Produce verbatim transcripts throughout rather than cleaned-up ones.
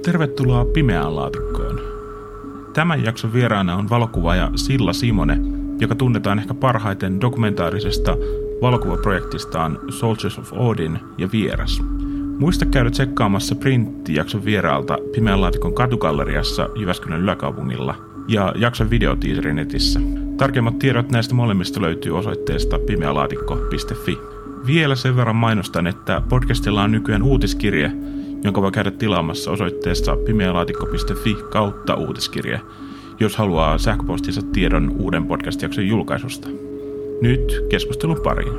Tervetuloa Pimeään laatikkoon. Tämän jakson vieraana on valokuvaaja Silla Simonen, joka tunnetaan ehkä parhaiten dokumentaarisesta valokuvaprojektistaan Soldiers of Odin ja Vieras. Muista käydä tsekkaamassa Print-jakson vieraalta Pimeän laatikon katugalleriassa Jyväskylän yläkaupungilla ja jakson videotiiseri netissä. Tarkemmat tiedot näistä molemmista löytyy osoitteesta pimeälaatikko piste fi. Vielä sen verran mainostan, että podcastilla on nykyään uutiskirje, jonka voi käydä tilaamassa osoitteessa pimeälaatikko piste fi kautta uutiskirje, jos haluaa sähköpostinsa tiedon uuden podcast-jakson julkaisusta. Nyt keskustelun pariin.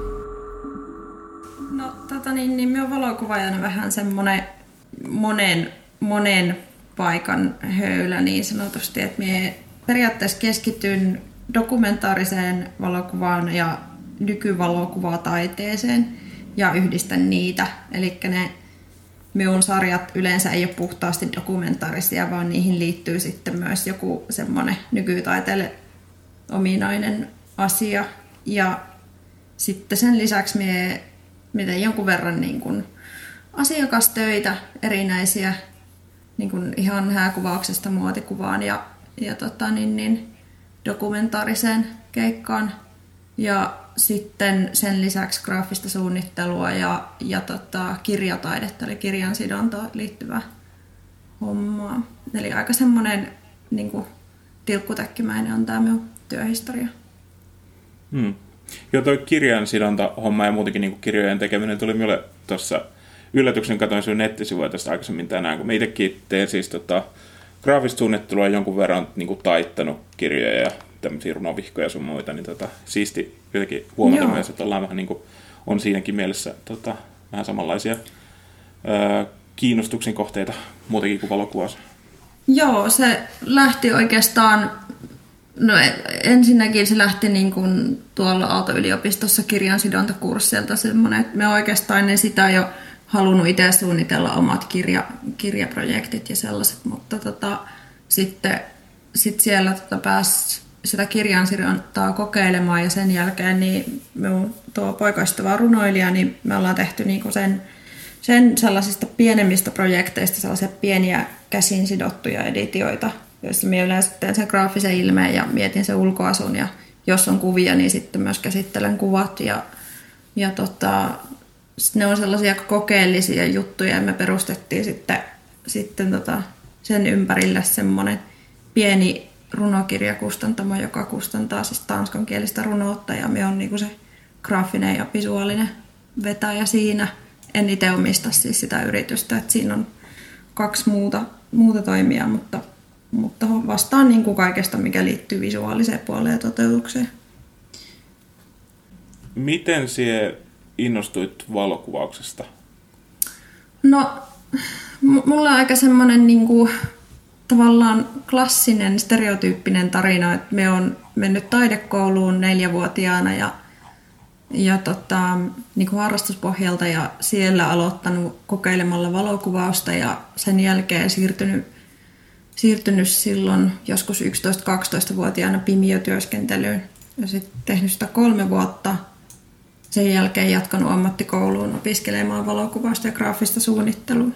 No tota niin, niin minä olen valokuvaajana vähän semmoinen monen, monen paikan höylä niin sanotusti, että minä periaatteessa keskityn dokumentaariseen valokuvaan ja nykyvalokuvataiteeseen ja yhdistän niitä. Eli ne minun sarjat yleensä ei ole puhtaasti dokumentaarisia, vaan niihin liittyy sitten myös joku semmoinen nykytaiteelle ominainen asia. Ja sitten sen lisäksi minä, minä tein jonkun verran niin kuin asiakastöitä erinäisiä niin kuin ihan hääkuvauksesta muotikuvaan ja, ja tota niin, niin, dokumentaariseen keikkaan. Ja sitten sen lisäksi graafista suunnittelua ja, ja tota, kirjataidetta, eli kirjansidontaan liittyvää hommaa. Eli aika semmoinen niin kuin tilkkutäkkimäinen on tämä minun työhistoria. Hmm. Joo, toi kirjansidonta-homma ja muutenkin niin kuin kirjojen tekeminen tuli minulle tuossa yllätyksen, katoin sinun nettisivuja tästä aikaisemmin tänään, kun mä itsekin teen siis tota, graafista suunnittelua jonkun verran niin kuin taittanut kirjoja ja tämmöisiä runovihkoja sun muita, niin tota, siisti jotenkin huomata Joo. myös, että ollaan vähän niin kuin, on siinäkin mielessä tota, vähän samanlaisia ää, kiinnostuksen kohteita muutenkin kuin valokuvaus. Joo, se lähti oikeastaan, no ensinnäkin se lähti niin kuin tuolla Aalto-yliopistossa kirjansidontakurssilta semmoinen, että me oikeastaan en sitä jo halunnut itse suunnitella omat kirja, kirjaprojektit ja sellaiset, mutta tota, sitten sit siellä tota pääsi sitä kirjansidontaa kokeilemaan ja sen jälkeen niin minun tuo poikaystävä runoilija, niin me ollaan tehty niinku sen, sen sellaisista pienemmistä projekteista sellaisia pieniä käsin sidottuja editioita, joissa minä yleensä teen sen graafisen ilmeen ja mietin sen ulkoasun ja jos on kuvia, niin sitten myös käsittelen kuvat ja, ja tota, ne on sellaisia kokeellisia juttuja ja me perustettiin sitten, sitten tota sen ympärille semmoinen pieni runokirjakustantamo, joka kustantaa siis tanskankielistä runoutta ja me on niinku se graafinen ja visuaalinen vetäjä siinä. En itse omista siis sitä yritystä, että siinä on kaksi muuta, muuta toimijaa, mutta, mutta vastaan niinku kaikesta, mikä liittyy visuaaliseen puoleen ja toteutukseen. Miten sinä innostuit valokuvauksesta? No, m- mulla on aika semmoinen niinku tavallaan klassinen, stereotyyppinen tarina, että me on mennyt taidekouluun neljävuotiaana ja, ja tota, niin kuin harrastuspohjalta ja siellä aloittanut kokeilemalla valokuvausta ja sen jälkeen siirtynyt, siirtynyt silloin joskus yksitoista-kaksitoistavuotiaana pimiötyöskentelyyn ja sitten tehnyt sitä kolme vuotta. Sen jälkeen jatkanut ammattikouluun opiskelemaan valokuvausta ja graafista suunnittelua.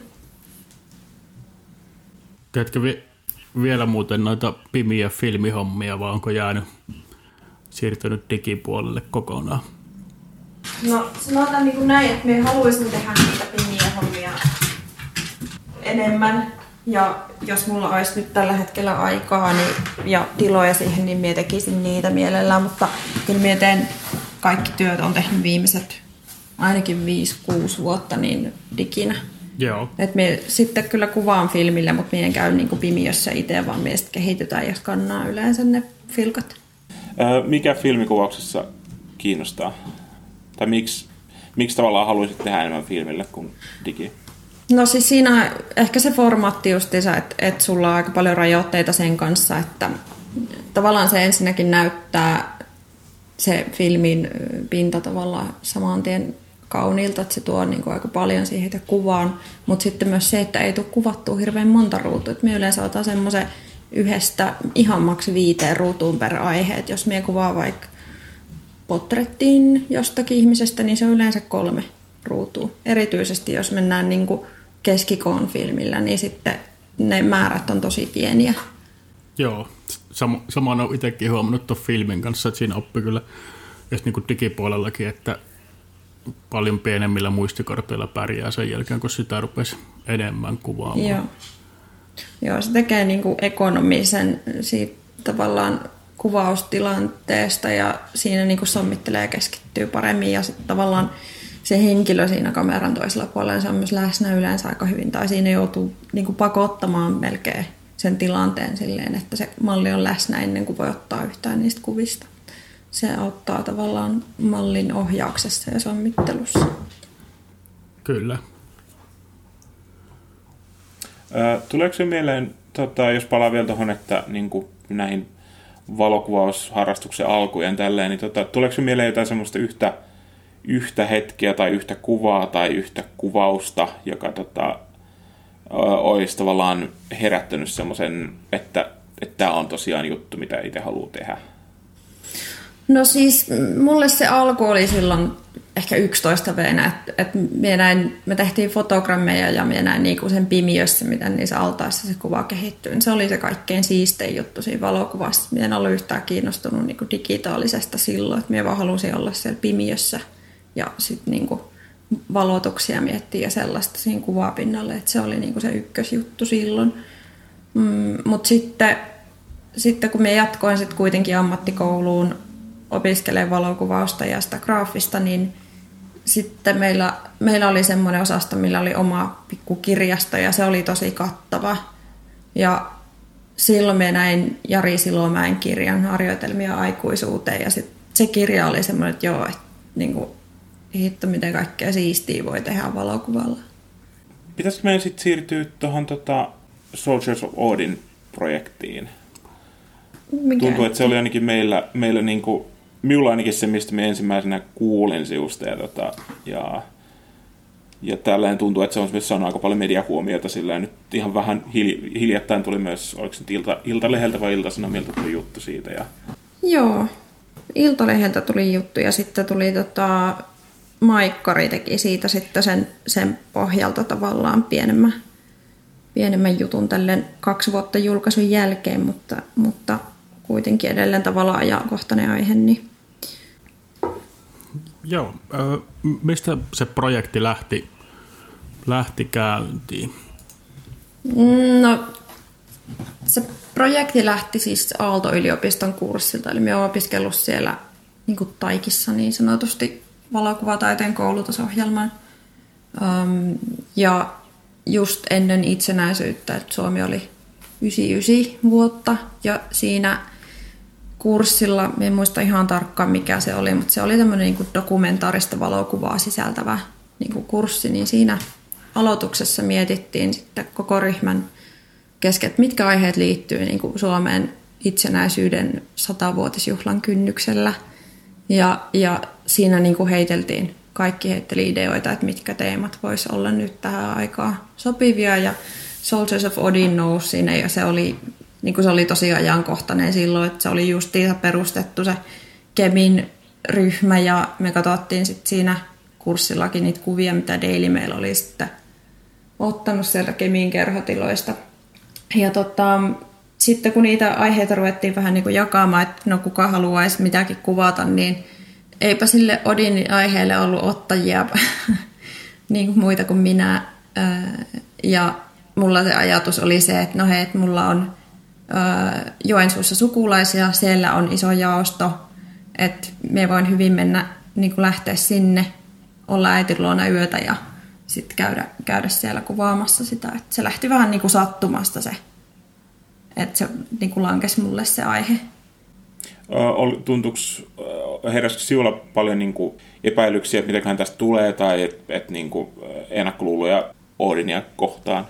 Teetkö vi- vielä muuten noita pimiä filmihommia vai onko jäänyt siirtynyt digipuolelle kokonaan? No sanotaan niin kuin näin, että minä haluaisin tehdä niitä pimiä hommia enemmän. Ja jos mulla olisi nyt tällä hetkellä aikaa niin, ja tiloja siihen, niin minä tekisin niitä mielellään. Mutta kyllä minä teen kaikki työt, on tehnyt viimeiset ainakin viisi kuusi vuotta niin diginä. Joo. Et me sitten kyllä kuvaan filmille, mutta minä en käy niinku pimiössä itse, vaan me sitten kehitetään ja skannaa yleensä ne filkat. Öö, mikä filmikuvauksessa kiinnostaa? Tai miksi, miksi tavallaan haluaisit tehdä enemmän filmille kuin digi? No siis siinä ehkä se formaatti justiinsa, että, että sulla on aika paljon rajoitteita sen kanssa, että tavallaan se ensinnäkin näyttää se filmin pinta tavallaan saman tien kauniilta, että se tuo niin kuin aika paljon siihen kuvaan, mutta sitten myös se, että ei tule kuvattua hirveän monta ruutua. Me yleensä otan semmoisen yhdestä ihan maksi viiteen ruutuun per aihe, että jos me kuvaa vaikka portrettiin jostakin ihmisestä, niin se on yleensä kolme ruutua. Erityisesti jos mennään niin kuin keskikoon filmillä, niin sitten ne määrät on tosi pieniä. Joo, Sam- samoin olen itsekin huomannut tuon filmin kanssa, että siinä oppi kyllä, jos niin kuin digipuolellakin, että paljon pienemmillä muistikorteilla pärjää sen jälkeen, kun sitä rupesi enemmän kuvaamaan. Joo, Joo se tekee niin kuin ekonomisen siitä tavallaan kuvaustilanteesta ja siinä niin kuin sommittelee ja keskittyy paremmin ja sitten tavallaan se henkilö siinä kameran toisella puolella se on myös läsnä yleensä aika hyvin tai siinä joutuu niin kuin pakottamaan melkein sen tilanteen silleen, että se malli on läsnä ennen kuin voi ottaa yhtään niistä kuvista. Se auttaa tavallaan mallin ohjauksessa ja sommittelussa. Kyllä. Tuleeko se mieleen, tota, jos palaa vielä tuohon, että niin kuin näihin valokuvausharrastuksen alkujen tälleen, niin tota, tuleeko se mieleen jotain semmoista yhtä, yhtä hetkeä tai yhtä kuvaa tai yhtä kuvausta, joka tota, olisi tavallaan herättänyt semmoisen, että tämä on tosiaan juttu, mitä itse haluaa tehdä? No siis mulle se alku oli silloin ehkä yksitoista vuotiaana, että, että me, näin, me tehtiin fotogrammeja ja me näin niinku sen pimiössä, miten niissä altaissa se kuva kehittyy. Se oli se kaikkein siistein juttu siinä valokuvassa. Minä en ollut yhtään kiinnostunut niinku digitaalisesta silloin, että minä vaan halusin olla siellä pimiössä ja sitten niinku valotuksia miettiä ja sellaista siinä kuvapinnalle, että se oli niinku se ykkösjuttu silloin. Mm, mutta sitten, sitten kun minä jatkoin sit kuitenkin ammattikouluun opiskelemaan valokuvausta ja sitä graafista, niin sitten meillä, meillä oli semmoinen osasto, millä oli oma pikku kirjasto ja se oli tosi kattava. Ja silloin me näin Jari Silomäen kirjan Harjoitelmia aikuisuuteen ja sit se kirja oli semmoinen, että joo, että niinku, hitto miten kaikkea siistiä voi tehdä valokuvalla. Pitäisikö meidän sitten siirtyä tuohon tota Soldiers of Odin projektiin? Mikä? Tuntuu, että se oli ainakin meillä, meillä niinku, minulla ainakin se, mistä me ensimmäisenä kuulin siusta. Ja, tota, ja, ja tällainen tuntuu, että se on myös saanut aika paljon mediahuomiota. Sillä nyt ihan vähän hilj- hiljattain tuli myös, oliko se ilta, Iltalehdeltä vai Ilta-Sanomilta tuli juttu siitä. Ja... Joo, Iltalehdeltä tuli juttu ja sitten tuli tota, Maikkari teki siitä sitten sen, sen pohjalta tavallaan pienemmän, pienemmän jutun tälleen kaksi vuotta julkaisun jälkeen, mutta, mutta kuitenkin edelleen tavallaan ajankohtainen aihe. Niin. Joo, mistä se projekti lähti, lähti käyntiin? No, se projekti lähti siis Aalto-yliopiston kurssilta, eli minä olen opiskellut siellä niin kuin Taikissa niin sanotusti valokuvataiteen koulutusohjelman. Um, ja just ennen itsenäisyyttä, että Suomi oli yhdeksänkymmentäyhdeksän vuotta ja siinä kurssilla, en muista ihan tarkkaan mikä se oli, mutta se oli tämmöinen niin kuin dokumentaarista valokuvaa sisältävä niin kuin kurssi, niin siinä aloituksessa mietittiin sitten koko ryhmän kesken, että mitkä aiheet liittyy niin kuin Suomen itsenäisyyden satavuotisjuhlan kynnyksellä. Ja, ja siinä niin kuin heiteltiin, kaikki heitteli ideoita, että mitkä teemat vois olla nyt tähän aikaan sopivia. Ja Soldiers of Odin nousi sinne ja se oli, niin kuin se oli tosi ajankohtainen silloin, että se oli justiinsa perustettu se Kemin ryhmä ja me katsottiin sitten siinä kurssillakin niitä kuvia, mitä Daily Mail oli sitten ottanut sieltä Kemin kerhotiloista. Ja tota, sitten kun niitä aiheita ruvettiin vähän niin kuin jakamaan, että no kuka haluaisi mitäkin kuvata, niin eipä sille Odin aiheelle ollut ottajia niin kuin muita kuin minä. Ja mulla se ajatus oli se, että no hei, että mulla on Joensuussa sukulaisia, siellä on iso jaosto, että me voin hyvin mennä, niin kuin lähteä sinne, olla äitin luona yötä ja sitten käydä, käydä siellä kuvaamassa sitä. Että se lähti vähän niin kuin sattumasta se, että se niin kuin lankesi mulle se aihe. Tuntuuko, heräsikö sinulla paljon niin kuin epäilyksiä, että mitäköhän tästä tulee, tai että et, niin kuin ennakkoluuloja Odinia kohtaan?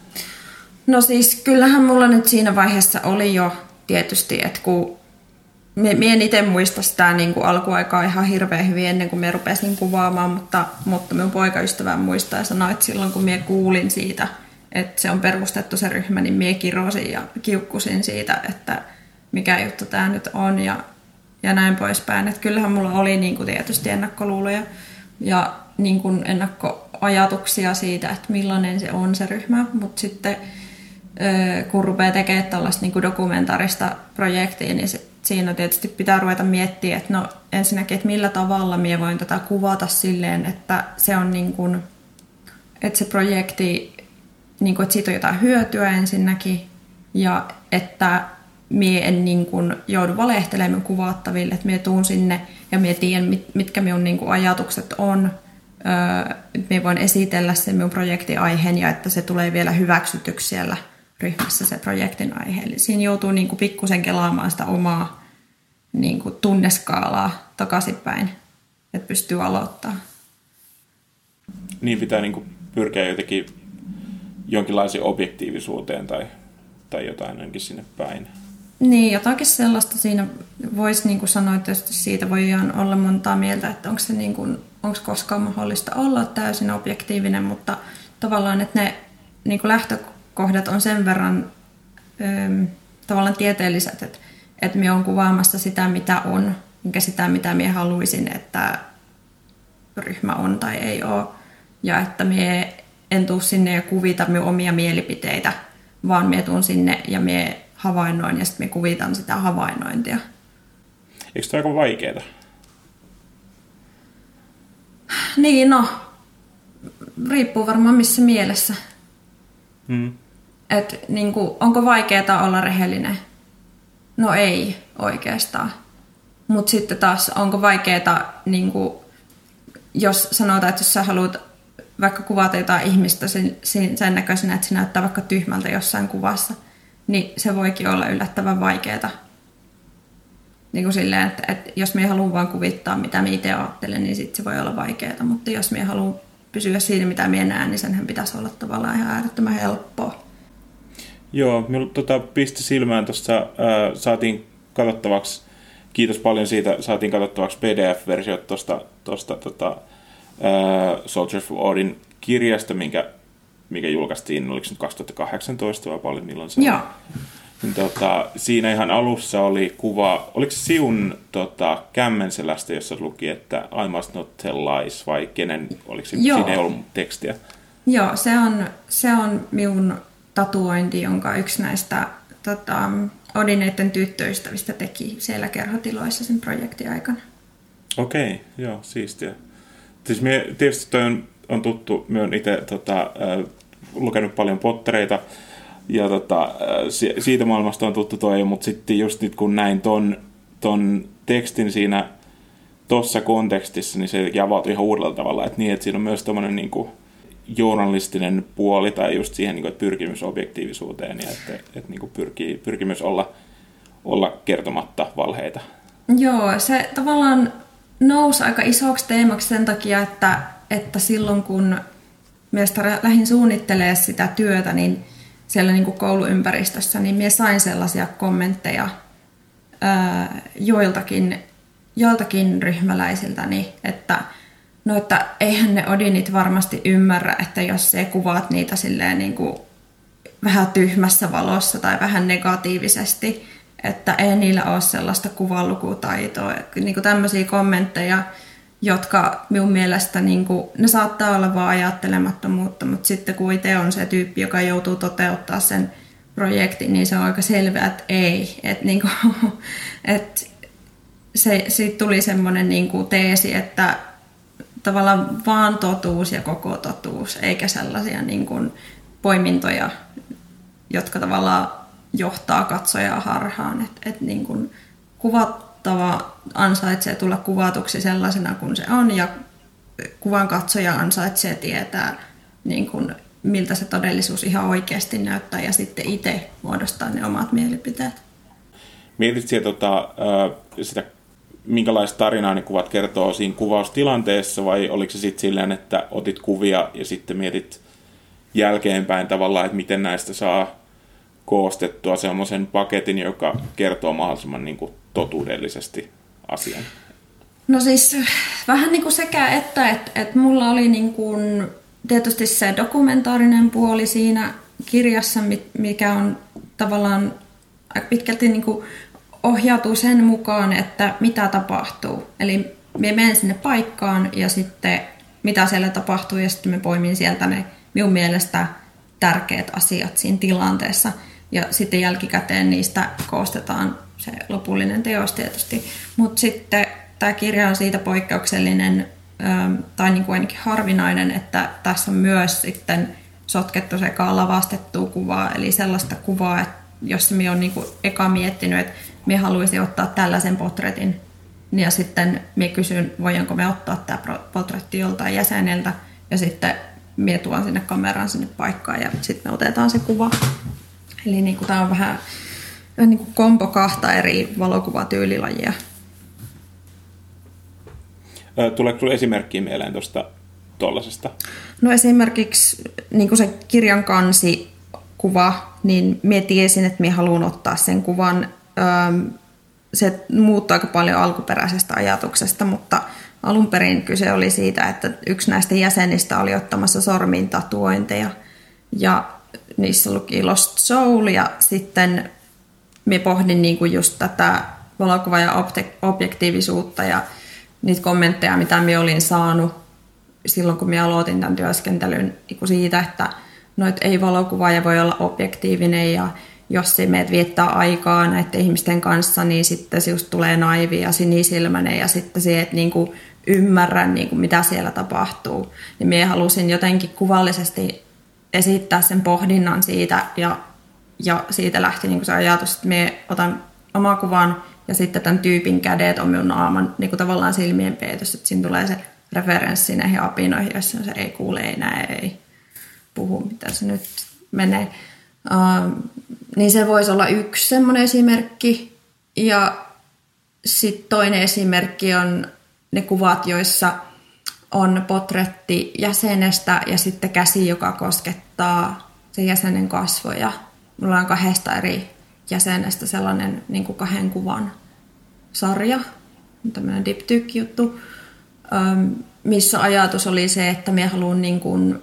No siis kyllähän mulla nyt siinä vaiheessa oli jo tietysti, että kun minä en itse muista sitä niin kuin alkuaikaa ihan hirveän hyvin ennen kuin minä rupesin kuvaamaan, mutta, mutta minun poikaystävä muistaa ja sanoi, että silloin kun minä kuulin siitä, että se on perustettu se ryhmä, niin minä kirosin ja kiukkusin siitä, että mikä juttu tämä nyt on ja, ja näin poispäin. Että kyllähän mulla oli niin kuin tietysti ennakkoluuloja ja niin kuin ennakkoajatuksia siitä, että millainen se on se ryhmä, mutta sitten kun rupeaa tekemään tällaista niin kuin dokumentaarista projektia, niin se, siinä tietysti pitää ruveta miettimään, että no ensinnäkin, että millä tavalla minä voin tätä kuvata silleen, että se on niin kuin, että se projekti, niin kuin, että siitä on jotain hyötyä ensinnäkin, ja että minä en niin kuin joudu valehtelemaan kuvattaville, että minä tuun sinne ja minä tiedän, mitkä minun niin kuin ajatukset on. Minä voin esitellä sen minun projektin aiheen ja että se tulee vielä hyväksytyksi siellä ryhmässä se projektin aihe. Eli siinä joutuu niin kuin pikkusen kelaamaan sitä omaa niin kuin tunneskaalaa takaisinpäin, että pystyy aloittamaan. Niin pitää niin kuin pyrkiä jotenkin jonkinlaiseen objektiivisuuteen tai, tai jotain ainakin sinne päin. Niin, jotakin sellaista siinä voisi niin kuin sanoa, että siitä voi olla montaa mieltä, että onko se niin kuin, onko koskaan mahdollista olla täysin objektiivinen, mutta tavallaan, että ne niin kuin lähtökohdat on sen verran öö, tavallaan tieteelliset, että, että minä olen kuvaamassa sitä, mitä on, enkä sitä, mitä minä haluaisin, että ryhmä on tai ei ole, ja että minä en tule sinne ja kuvita minun omia mielipiteitä, vaan minä tulen sinne ja minä havainnoin ja sitten minä kuvitan sitä havainnointia. Eikö tämä aika vaikeaa? Niin, no. Riippuu varmaan missä mielessä. Hmm. Et, niin kuin, onko vaikeaa olla rehellinen? No ei oikeastaan. Mutta sitten taas, onko vaikeaa, niin kuin, jos sanotaan, että jos sä haluat vaikka kuvata jotain ihmistä sen, sen näköisenä, että se näyttää vaikka tyhmältä jossain kuvassa, niin se voikin olla yllättävän vaikeaa. Niin kuin silleen, että, että jos minä haluan vaan kuvittaa, mitä minä itse ajattelen, niin sitten se voi olla vaikeaa. Mutta jos minä haluan pysyä siinä, mitä minä näen, niin senhän pitäisi olla tavallaan ihan äärettömän helppoa. Joo, minulla tota, pisti silmään tuossa, äh, saatiin katsottavaksi, kiitos paljon siitä, saatiin katsottavaksi P D F-versiot tuosta tosta, tota, äh, Soldiers of Odin kirjasta, minkä, mikä julkaistiin, oliko se nyt kaksituhattakahdeksantoista vai paljon milloin se Joo. oli? Niin, tota, siinä ihan alussa oli kuva, oliko se Siun tota, Kämmenselästä, jossa luki, että I must not tell lies, vai kenen, oliko se, siinä ei ollut tekstiä? Joo, se on, se on minun tatuointi, jonka yksi näistä tota, Odineiden tyttöystävistä teki siellä kerhotiloissa sen projektin aikana. Okei, okay, joo, siistiä. Siis mie, tietysti toi on, on tuttu, minä olen itse tota, äh, lukenut paljon pottereita, ja tota, siitä maailmasta on tuttu toi, mutta sitten just nyt kun näin ton, ton tekstin siinä tossa kontekstissa, niin se avautui ihan uudella tavalla. Että niin, että siinä on myös tommoinen niinku journalistinen puoli tai just siihen, niinku, että pyrkimys objektiivisuuteen ja että, että niinku pyrkii, pyrkimys olla, olla kertomatta valheita. Joo, se tavallaan nousi aika isoksi teemaksi sen takia, että, että silloin kun meistä lähdin suunnittelemaan sitä työtä, niin siellä niin kuin kouluympäristössä, niin minä sain sellaisia kommentteja ää, joiltakin, joiltakin ryhmäläisiltäni, että no, että eihän ne Odinit varmasti ymmärrä, että jos sä kuvaat niitä silleen niin kuin vähän tyhmässä valossa tai vähän negatiivisesti, että ei niillä ole sellaista kuvanlukutaitoa. Niin kuin tämmöisiä kommentteja, jotka minun mielestä, niin kuin, ne saattaa olla vaan ajattelemattomuutta, mutta sitten kun itse on se tyyppi, joka joutuu toteuttaa sen projektin, niin se on aika selvää, että ei. Että, niin kuin, että se, siitä tuli semmoinen niin kuin teesi, että tavallaan vaan totuus ja koko totuus, eikä sellaisia niin kuin poimintoja, jotka tavallaan johtaa katsojaa harhaan. Että, että niin kuin kuvattava ansaitsee tulla kuvatuksi sellaisena kuin se on, ja kuvan katsoja ansaitsee tietää, niin kuin, miltä se todellisuus ihan oikeasti näyttää, ja sitten itse muodostaa ne omat mielipiteet. Mietit siellä tota, sitä, minkälaista tarinaa ne kuvat kertoo siinä kuvaustilanteessa, vai oliko se sitten silleen, että otit kuvia ja sitten mietit jälkeenpäin tavallaan, että miten näistä saa koostettua semmoisen paketin, joka kertoo mahdollisimman niin kuin totuudellisesti asian? No siis vähän niin kuin sekä että, että, että mulla oli niin kuin tietysti se dokumentaarinen puoli siinä kirjassa, mikä on tavallaan aika pitkälti niin kuin ohjautuu sen mukaan, että mitä tapahtuu. Eli me menen sinne paikkaan ja sitten mitä siellä tapahtuu ja sitten me poimin sieltä ne minun mielestä tärkeät asiat siinä tilanteessa. Ja sitten jälkikäteen niistä koostetaan se lopullinen teos tietysti. Mutta sitten tämä kirja on siitä poikkeuksellinen tai niin kuin ainakin harvinainen, että tässä on myös sitten sotkettu sekaan lavastettua kuvaa, eli sellaista kuvaa, jossa minä olen niin kuin eka miettinyt, että minä haluaisin ottaa tällaisen portretin. Ja sitten minä kysyn, voidaanko me ottaa tämä portretti joltain jäseneltä, ja sitten minä tuon sinne kameraan sinne paikkaan, ja sitten me otetaan se kuva. Eli niin kuin tämä on vähän, vähän niin kuin kombo kahta eri valokuvatyylilajia. Tuleeko sinulle esimerkkiä mieleen tuosta tuollaisesta? No esimerkiksi niin kuin se kirjan kansikuva, niin minä tiesin, että minä haluan ottaa sen kuvan. Se muuttuu aika paljon alkuperäisestä ajatuksesta, mutta alun perin kyse oli siitä, että yksi näistä jäsenistä oli ottamassa sormiin tatuointeja. Ja niissä luki Lost Soul, ja sitten minä pohdin niin kuin just tätä valokuva- ja objektiivisuutta ja niitä kommentteja, mitä minä olin saanut silloin, kun minä aloitin tämän työskentelyn siitä, että no, et ei valokuvaaja voi olla objektiivinen, ja jos se meet viettää aikaa näiden ihmisten kanssa, niin sitten se just tulee naivi ja sinisilmäinen, ja sitten se et niinku ymmärrä, niinku, mitä siellä tapahtuu. Niin minä halusin jotenkin kuvallisesti esittää sen pohdinnan siitä, ja, ja siitä lähti niinku se ajatus, että minä otan oma kuvan, ja sitten tämän tyypin kädet on minun naaman niin kuin tavallaan silmien peitossa, että siinä tulee se referenssi näihin apinoihin, jos se ei kuule, ei näe, ei puhu, mitä se nyt menee. Uh, niin se voisi olla yksi semmoinen esimerkki. Ja sitten toinen esimerkki on ne kuvat, joissa on portretti jäsenestä ja sitten käsi, joka koskettaa sen jäsenen kasvoja. Mulla on kahdesta eri jäsenestä sellainen niin kuin kahden kuvan sarja, tämmöinen diptyykki-juttu, missä ajatus oli se, että minä haluan niin kuin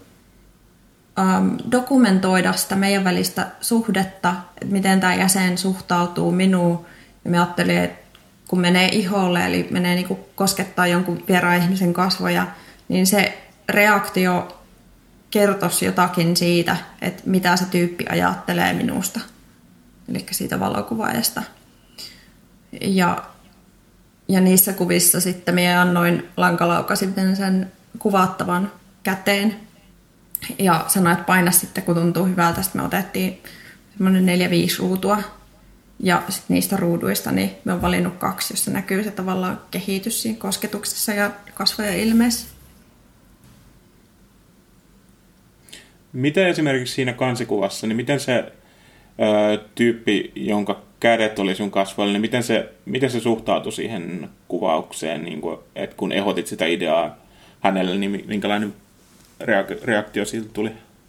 dokumentoida sitä meidän välistä suhdetta, että miten tämä jäsen suhtautuu minuun. Ja minä ajattelin, että kun menee iholle, eli menee niin kuin koskettaa jonkun vieraan ihmisen kasvoja, niin se reaktio kertoisi jotakin siitä, että mitä se tyyppi ajattelee minusta. Eli siitä valokuvaajasta. Ja, ja niissä kuvissa sitten minä annoin lankalaukasin sen kuvattavan käteen. Ja sanoin, että paina sitten, kun tuntuu hyvältä. Sitten me otettiin semmoinen neljä viisi ruutua. Ja sitten niistä ruuduista niin me on valinnut kaksi, jossa näkyy se tavallaan kehitys siinä kosketuksessa ja kasvojen ilmeessä. Miten esimerkiksi siinä kansikuvassa, niin miten se ö, tyyppi, jonka kädet oli sun kasvoilla, niin miten se, miten se suhtautui siihen kuvaukseen, niin kuin, että kun ehdotit sitä ideaa hänelle, niin minkälainen reaktio siitä tuli?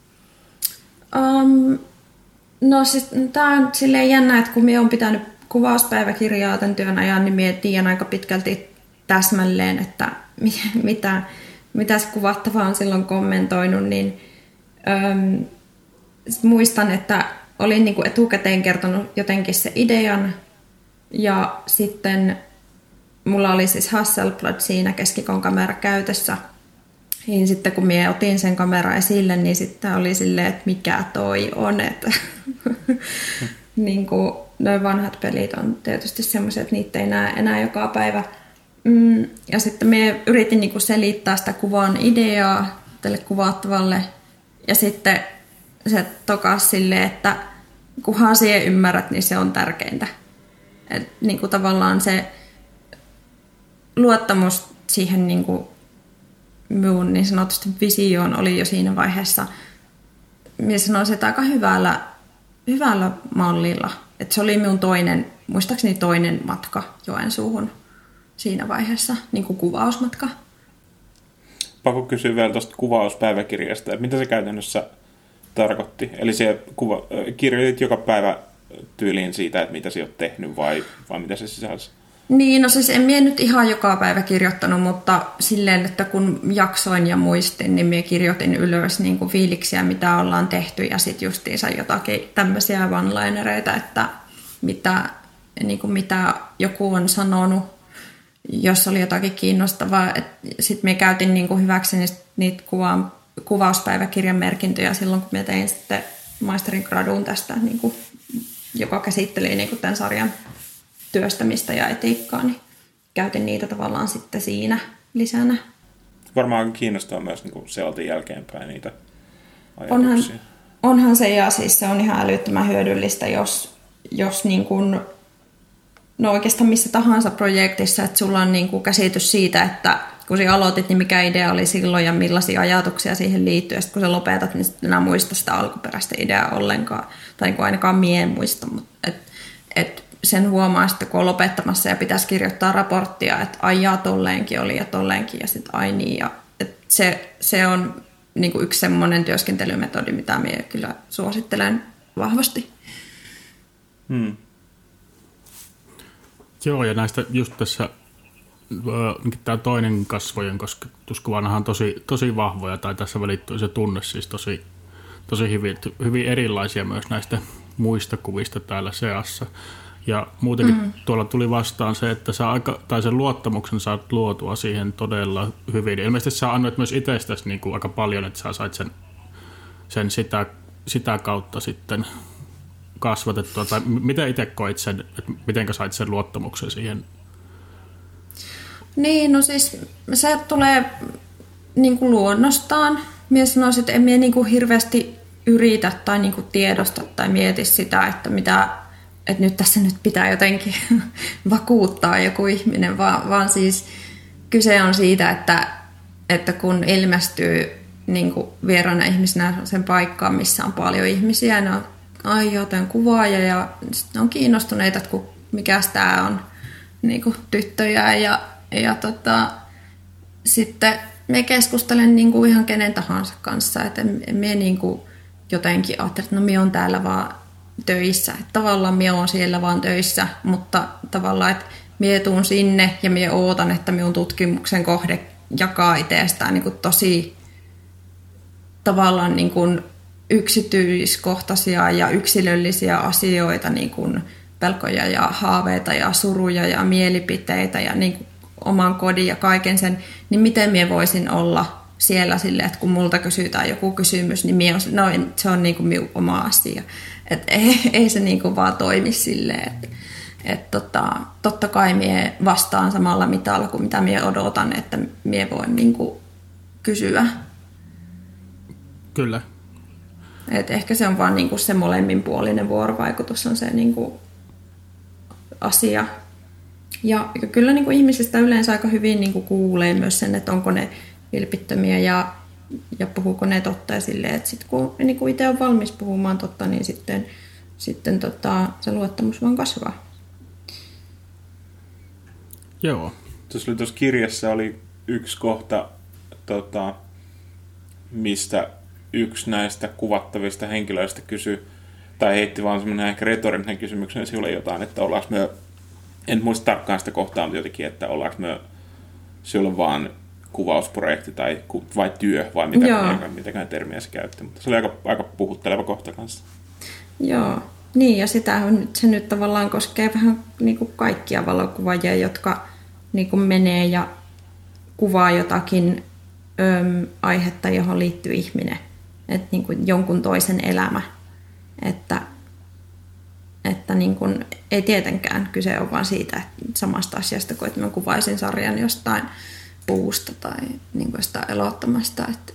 Um, no siis tämä on silleen jännä, että kun minä olen pitänyt kuvauspäiväkirjaa tämän työn ajan, niin minä tiedän aika pitkälti täsmälleen, että mitä, mitä se kuvattava on silloin kommentoinut, niin um, muistan, että olin niin kuin etukäteen kertonut jotenkin se idean, ja sitten mulla oli siis Hasselblad siinä keskikon kamera käytössä. Niin sitten kun minä otin sen kameran esille, niin sitten oli silleen, että mikä toi on. Että niin kuin nuo vanhat pelit on tietysti semmoisia, että niitä ei näe enää joka päivä. Ja sitten minä yritin niin kuin selittää sitä kuvan ideaa tälle kuvattavalle. Ja sitten se tokas silleen, että kunhan siihen ymmärrät, niin se on tärkeintä. Et niin kuin tavallaan se luottamus siihen niin kuin minun niin sanotusti visioon oli jo siinä vaiheessa, minä sanoisin, että aika hyvällä, hyvällä mallilla. Että se oli minun toinen, muistaakseni toinen matka Joensuuhun siinä vaiheessa, niin kuin kuvausmatka. Pakko kysyä vielä tuosta kuvauspäiväkirjasta, että mitä se käytännössä tarkoitti? Eli se kuva, kirjoitit joka päivä tyyliin siitä, että mitä sä oot tehnyt vai, vai mitä se sisälsi? Niin, no siis en minä nyt ihan joka päivä kirjoittanut, mutta silleen, että kun jaksoin ja muistin, niin minä kirjoitin ylös niin kuin fiiliksiä, mitä ollaan tehty, ja sitten justiinsa jotakin tämmöisiä one-linereita, että mitä, niin kuin mitä joku on sanonut, jos oli jotakin kiinnostavaa. Sitten minä käytin niin kuin hyväkseni niitä kuvan kuvauspäiväkirjan merkintöjä silloin, kun mä tein sitten maisterin gradun tästä, niin kuin, joka käsitteli niin kuin tämän sarjan työstämistä ja etiikkaa, niin käytin niitä tavallaan sitten siinä lisänä. Varmaan kiinnostaa myös niin kuin seurata jälkeenpäin niitä ajatuksia. Onhan, onhan se, ja siis se on ihan älyttömän hyödyllistä, jos, jos niin kuin, no oikeastaan missä tahansa projektissa, että sulla on niin kuin käsitys siitä, että kun sä aloitit, niin mikä idea oli silloin ja millaisia ajatuksia siihen liittyy. Ja sitten kun sä lopetat, niin sitten enää muista sitä alkuperäistä ideaa ollenkaan. Tai niin kuin ainakaan mie en muista. Mutta et, et sen huomaa sitten, kun on lopettamassa ja pitäisi kirjoittaa raporttia, että ai jaa, tolleenkin oli ja tolleenkin ja sitten ai niin. Ja, et se, se on niin kuin yksi semmoinen työskentelymetodi, mitä minä kyllä suosittelen vahvasti. Hmm. Joo, ja näistä just tässä tämä toinen kasvojen kosketuskuvahan on tosi, tosi vahvoja, tai tässä välittyy se tunne siis tosi, tosi hyvin, hyvin erilaisia myös näistä muista kuvista täällä seassa. Ja muutenkin mm. tuolla tuli vastaan se, että sä aika, tai sen luottamuksen saat luotua siihen todella hyvin. Ilmeisesti sä annoit myös itsestäsi niin kuin aika paljon, että sä sait sen, sen sitä, sitä kautta sitten kasvatettua. Tai miten itse koit sen, että miten sait sen luottamuksen siihen? Niin, no siis se tulee niin kuin luonnostaan. Minä sanoisin, että en minä niin kuin hirveästi yritä tai niin kuin tiedosta tai mieti sitä, että, mitä, että nyt tässä nyt pitää jotenkin vakuuttaa joku ihminen, vaan, vaan siis kyse on siitä, että, että kun ilmestyy niin kuin vieraana ihmisenä sen paikkaan, missä on paljon ihmisiä, ne on ai joten kuvaaja ja sitten on kiinnostuneita, että kun, mikäs tämä on niin kuin tyttöjä ja Ja tota, sitten me keskustelen niin kuin ihan kenen tahansa kanssa, että me niin kuin jotenkin ajattelen, että no me on täällä vaan töissä. Että tavallaan me on siellä vaan töissä, mutta tavallaan, että me tuun sinne ja me ootan, että minun tutkimuksen kohde jakaa itsestään niin kuin tosi tavallaan niin kuin yksityiskohtaisia ja yksilöllisiä asioita, niin kuin pelkoja ja haaveita ja suruja ja mielipiteitä ja niin kuin oman kodin ja kaiken sen, niin miten minä voisin olla siellä silleen, että kun multa kysytään joku kysymys, niin minä on, no, se on niin kuin minun oma asia. Et ei, ei se niin kuin vaan toimi silleen, että et tota, totta kai minä vastaan samalla mitalla kuin mitä minä odotan, että minä voin niin kuin kysyä. Kyllä. Et ehkä se on vaan niin kuin se molemminpuolinen vuorovaikutus on se niin kuin asia. Ja kyllä niin kuin ihmisistä yleensä aika hyvin niin kuin kuulee myös sen, että onko ne vilpittömiä ja, ja puhuuko ne totta. Ja silleen, että sit kun niin kuin itse on valmis puhumaan totta, niin sitten, sitten tota, se luottamus vaan kasvaa. Joo. Tuossa, oli, tuossa kirjassa oli yksi kohta, tota, mistä yksi näistä kuvattavista henkilöistä kysyi, tai heitti vaan semmoinen ehkä retorinen kysymyksen sinulle jotain, että ollaanko me, en muista tarkkaan sitä kohtaa, mutta jotenkin, että ollaanko me sinulle vaan kuvausprojekti tai vai työ, vai mitä, mitäkään termiä se käytti. Mutta se oli aika, aika puhutteleva kohta kanssa. Joo, niin ja sitähän se nyt tavallaan koskee vähän niin kuin kaikkia valokuvaajia, jotka niin kuin menee ja kuvaa jotakin öm, aihetta, johon liittyy ihminen. Että niin kuin jonkun toisen elämä. Että, että niin kuin, ei tietenkään kyse ole vaan siitä että samasta asiasta, kuin että mä kuvaisin sarjan jostain puusta tai niin kuin jostain elottamasta. Että,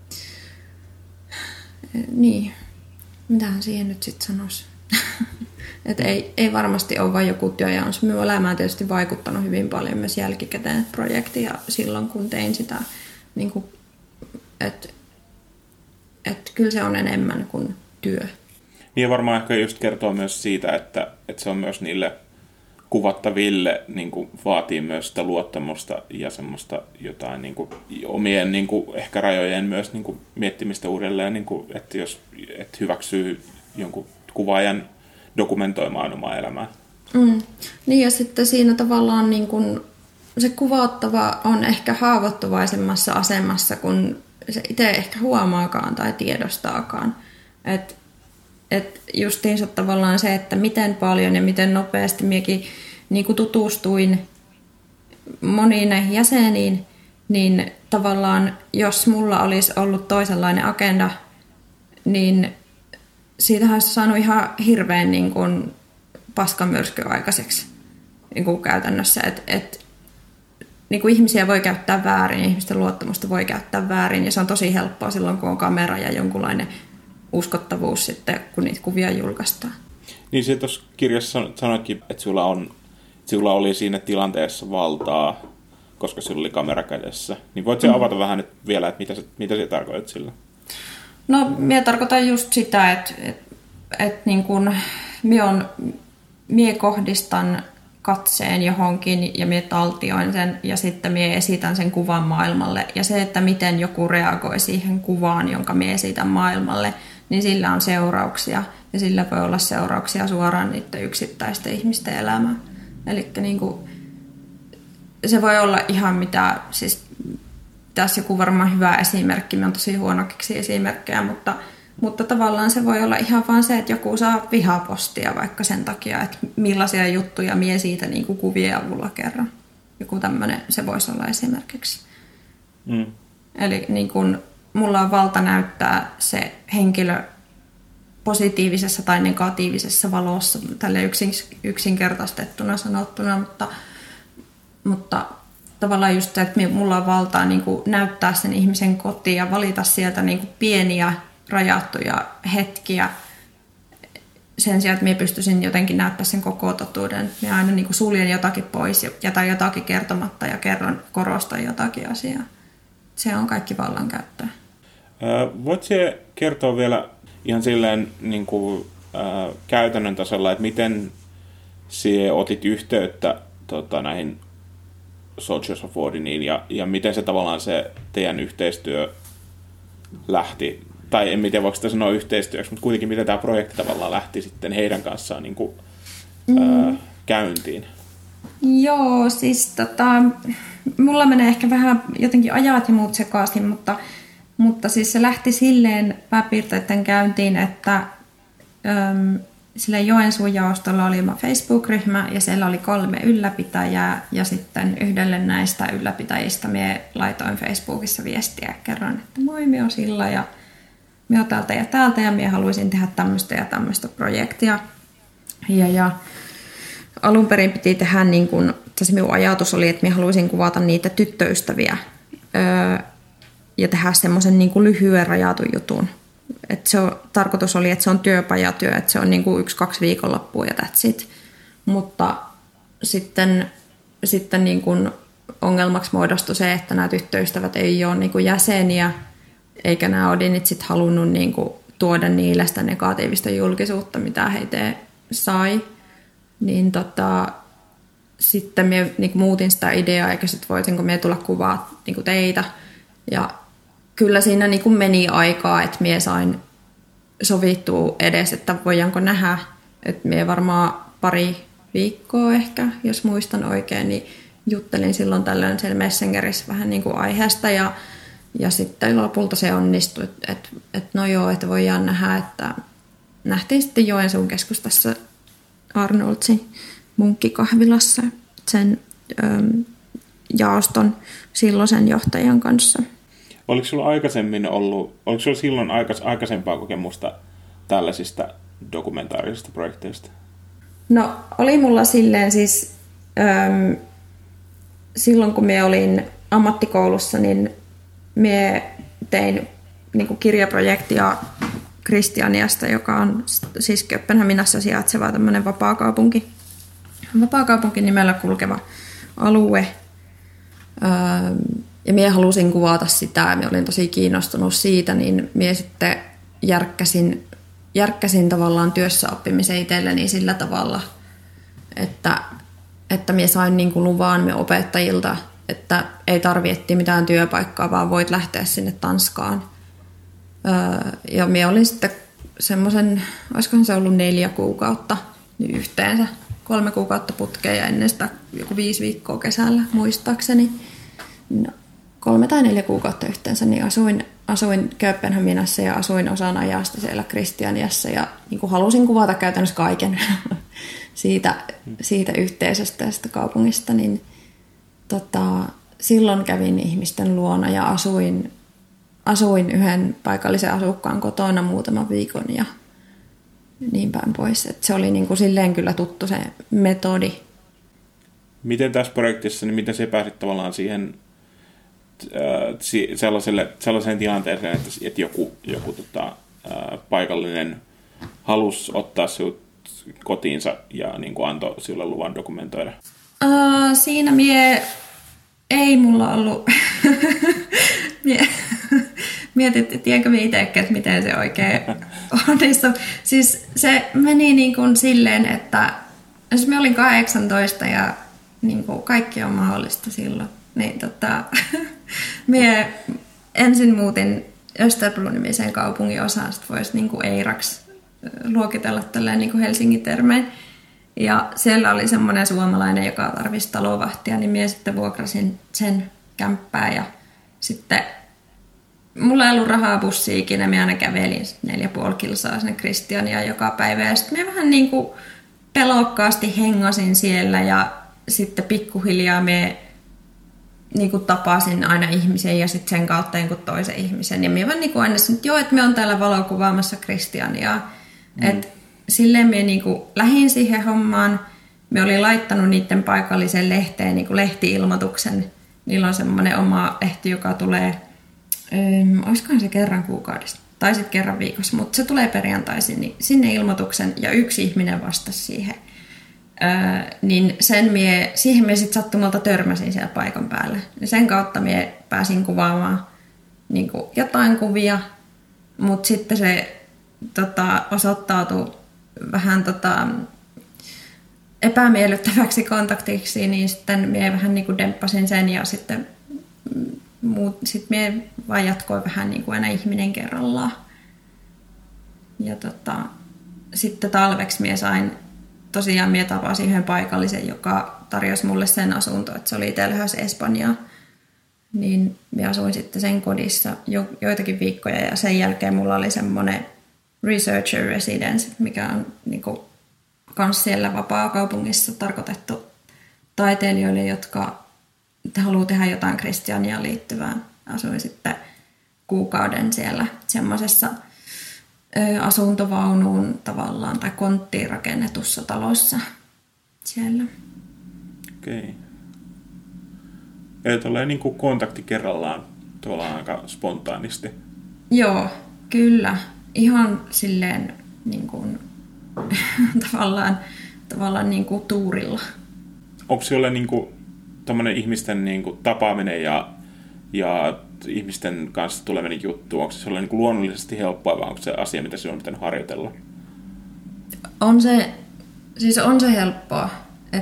niin, mitähän siihen nyt sitten sanoisi? Että ei, ei varmasti ole vain joku työ, ja on se minun elämään tietysti vaikuttanut hyvin paljon myös jälkikäteen projekti ja silloin kun tein sitä, niin kuin, että et kyllä se on enemmän kuin työ. Niin varmaan ehkä just kertoo myös siitä, että, että se on myös niille kuvattaville niin kuin vaatii myös sitä luottamusta ja semmoista jotain niin kuin omien niin kuin ehkä rajojen myös niin kuin miettimistä uudelleen, niin kuin, että jos että hyväksyy jonkun kuvaajan dokumentoimaan omaa elämää. Mm. Niin ja sitten siinä tavallaan niin kuin se kuvattava on ehkä haavoittuvaisemmassa asemassa, kun se itse ehkä huomaakaan tai tiedostaakaan. Että et justiinsa tavallaan se, että miten paljon ja miten nopeasti minäkin niin kuin tutustuin moniin näihin jäseniin, niin tavallaan jos mulla olisi ollut toisenlainen agenda, niin siitä olisi saanut ihan hirveän niin kuin paskamyrsky aikaiseksi niin kuin käytännössä, että et, niin kuin ihmisiä voi käyttää väärin, ihmisten luottamusta voi käyttää väärin, ja se on tosi helppoa silloin, kun on kamera ja jonkunlainen uskottavuus sitten, kun niitä kuvia julkaistaan. Niin se tuossa kirjassa sanoitkin, että sulla, on, että sulla oli siinä tilanteessa valtaa, koska sulla oli kamera kädessä. Niin voitko mm. avata vähän nyt vielä, että mitä, mitä sä tarkoitat sillä? No, minä tarkoitan just sitä, että, että, että niin kun minä, on, minä kohdistan katseen johonkin ja minä taltioin sen ja sitten minä esitän sen kuvan maailmalle. Ja se, että miten joku reagoi siihen kuvaan, jonka minä esitän maailmalle, niin sillä on seurauksia. Ja sillä voi olla seurauksia suoraan niiden yksittäisten ihmisten elämään. Eli niin kuin, se voi olla ihan mitä, siis tässä joku varmaan hyvä esimerkki, minä on tosi huono keksiä esimerkkejä, mutta, mutta tavallaan se voi olla ihan vaan se, että joku saa vihapostia vaikka sen takia, että millaisia juttuja mie siitä niin kuin kuvien avulla kerran. Joku tämmöinen, se voisi olla esimerkiksi. Mm. Eli niin kuin, mulla on valta näyttää se henkilö positiivisessa tai negatiivisessa valossa, tälle yksin, yksinkertaistettuna sanottuna, mutta, mutta tavallaan just se, että mulla on valtaa niin kuin näyttää sen ihmisen kotiin ja valita sieltä niin kuin pieniä rajattuja hetkiä sen sijaan, että minä pystyisin jotenkin näyttää sen koko totuuden. Minä aina niin kuin suljen jotakin pois ja jätän jotakin kertomatta ja kerron, korostan jotakin asiaa. Se on kaikki vallankäyttöä. Voitko kertoa vielä ihan silleen niin kuin, äh, käytännön tasolla, että miten sinä otit yhteyttä tota, näihin Soldiers of Odiniin ja, ja miten se tavallaan se teidän yhteistyö lähti, tai en tiedä voiko sitä sanoa yhteistyöksi, mutta kuitenkin miten tämä projekti tavallaan lähti sitten heidän kanssaan niin kuin, mm. äh, käyntiin? Joo, siis tota, mulla menee ehkä vähän jotenkin ajat ja muut sekaisin, mutta Mutta siis se lähti silleen pääpiirteiden käyntiin, että äm, sillä Joensuun jaostolla oli oma Facebook-ryhmä ja siellä oli kolme ylläpitäjää ja sitten yhdelle näistä ylläpitäjistä minä laitoin Facebookissa viestiä kerran, että moi, minä olen Silla ja minä olen täältä ja täältä ja minä haluaisin tehdä tämmöistä ja tämmöistä projektia. Ja, ja alun perin piti tehdä, niin kuin, se minun ajatus oli, että minä haluaisin kuvata niitä tyttöystäviä, öö, ja tehdä semmoisen niin kuin lyhyen rajatun jutun. Et se on, tarkoitus oli, että se on työpajatyö, että se on niin kuin yksi, kaksi viikonloppua ja that's it. Mutta sitten, sitten niin kuin ongelmaksi muodostui se, että nämä tyttöystävät ei ole niin kuin jäseniä, eikä nämä Odinit sit halunnut niin kuin tuoda niille sitä negatiivista julkisuutta, mitä heitä sai. Niin tota, sitten minä niin kuin muutin sitä ideaa, eikä sitten voisinko minä tulla kuvaa niin kuin teitä. Ja kyllä siinä niin kuin meni aikaa, että minä sain sovittua edes, että voidaanko nähdä. Että minä varmaan pari viikkoa ehkä, jos muistan oikein, niin juttelin silloin tällöin siellä Messengerissä vähän niin kuin aiheesta. Ja, ja sitten lopulta se onnistui, että, että, että no joo, että voidaan nähdä, että nähtiin sitten Joensuun keskustassa Arnoldsin munkkikahvilassa sen äm, jaoston silloisen johtajan kanssa. Oliko sulla aikaisemmin ollut, oliko sulla silloin aikas, aikaisempaa kokemusta tällaisista dokumentaarisista projekteista? No oli mulla silleen siis, äm, silloin kun minä olin ammattikoulussa, niin minä tein niin kuin kirjaprojektia Kristianiasta, joka on siis Kööpenhaminassa sijaitseva tämmöinen vapaakaupunki. Vapaakaupunki nimellä kulkeva alue. Ja minä halusin kuvata sitä ja minä olin tosi kiinnostunut siitä, niin minä sitten järkkäsin, järkkäsin tavallaan työssäoppimisen itselleni sillä tavalla, että, että minä sain niin kuin luvan me opettajilta, että ei tarvitse etsiä mitään työpaikkaa, vaan voit lähteä sinne Tanskaan. Ja minä olin sitten semmoisen, olisikohan se ollut neljä kuukautta yhteensä, kolme kuukautta putkeen ja ennen sitä joku viisi viikkoa kesällä muistaakseni. No, kolme tai neljä kuukautta yhteensä, niin asuin, asuin Kööpenhaminassa ja asuin osan ajasta siellä Kristianiassa ja niin kuin halusin kuvata käytännössä kaiken siitä, siitä yhteisöstä ja sitä kaupungista, niin tota, silloin kävin ihmisten luona ja asuin, asuin yhden paikallisen asukkaan kotona muutaman viikon ja niin päin pois. Et se oli niin kuin silleen kyllä tuttu se metodi. Miten tässä projektissa, niin miten se pääsit tavallaan siihen äh, sellaiselle, sellaiseen tilanteeseen, että, että joku, joku tota, äh, paikallinen halusi ottaa sinut kotiinsa ja niin kuin antoi sinulle luvan dokumentoida? Uh, siinä mie ei mulla ollut... mie... Mietit, että tiedänkö itsekin, että miten se oikein onnistui. Siis se meni niin kuin silleen, että jos mä olin kahdeksantoista ja niin kuin kaikki on mahdollista silloin, niin tota, mie ensin muutin Österbro-nimiseen kaupungin osaan, sit voisi niin kuin Eiraksi luokitella tälleen niin kuin Helsingin termein. Ja siellä oli semmoinen suomalainen, joka tarvitsi talovahtia, niin mie sitten vuokrasin sen kämppää ja sitten mulla ei ollut rahaa bussiin ikinä, minä aina kävelin neljä puoli kilsaa sinne Kristiania joka päivä. Ja sitten minä vähän niin kuin pelokkaasti hengasin siellä ja sitten pikkuhiljaa minä niin kuin tapasin aina ihmisen ja sitten sen kautta niin kuin toisen ihmisen. Ja minä vaan niin kuin aina sanoin, että joo, että minä olen täällä valokuvaamassa Kristianiaa. Mm. Että silleen minä niin kuin lähdin siihen hommaan. Minä olin laittanut niiden paikallisen lehteen niin kuin lehti-ilmoituksen. Niillä on semmoinen oma lehti, joka tulee... Öö, olisikohan se kerran kuukaudessa tai sitten kerran viikossa, mutta se tulee perjantaisin, niin sinne ilmoituksen ja yksi ihminen vastasi siihen. Öö, niin sen mie, siihen mie sitten sattumalta törmäsin siellä paikan päällä. Ja sen kautta mie pääsin kuvaamaan niin kuin jotain kuvia, mutta sitten se tota, osoittautui vähän tota, epämiellyttäväksi kontaktiksi, niin sitten mie vähän niin kuin demppasin sen ja sitten sitten mie vaan jatkoin vähän niin kuin aina ihminen kerrallaan. Ja tota, sitten talveksi mie sain, tosiaan mie tapasin yhden paikallisen, joka tarjosi mulle sen asunto, että se oli Telhäs Espanjaa. Niin mie asuin sitten sen kodissa jo, joitakin viikkoja ja sen jälkeen mulla oli semmoinen researcher residence, mikä on niin kuin kans siellä Vapaakaupungissa tarkoitettu taiteilijoille, jotka haluaa tehdä jotain Kristianiaan liittyvää. Asuin sitten kuukauden siellä semmoisessa asuntovaunuun tavallaan tai konttiin rakennetussa talossa siellä. Okei. Eli tulee niin kuin kontakti kerrallaan tuolla aika spontaanisti. Joo, kyllä. Ihan silleen niin kuin, tavallaan, tavallaan niin kuin tuurilla. Onko siellä niin kuin tämmöinen ihmisten niin kuin tapaaminen ja, ja ihmisten kanssa tuleminen juttu, onko se sellainen niin kuin luonnollisesti helppoa vai onko se asia, mitä sinun on pitänyt harjoitella? On se, siis on se helppoa. Et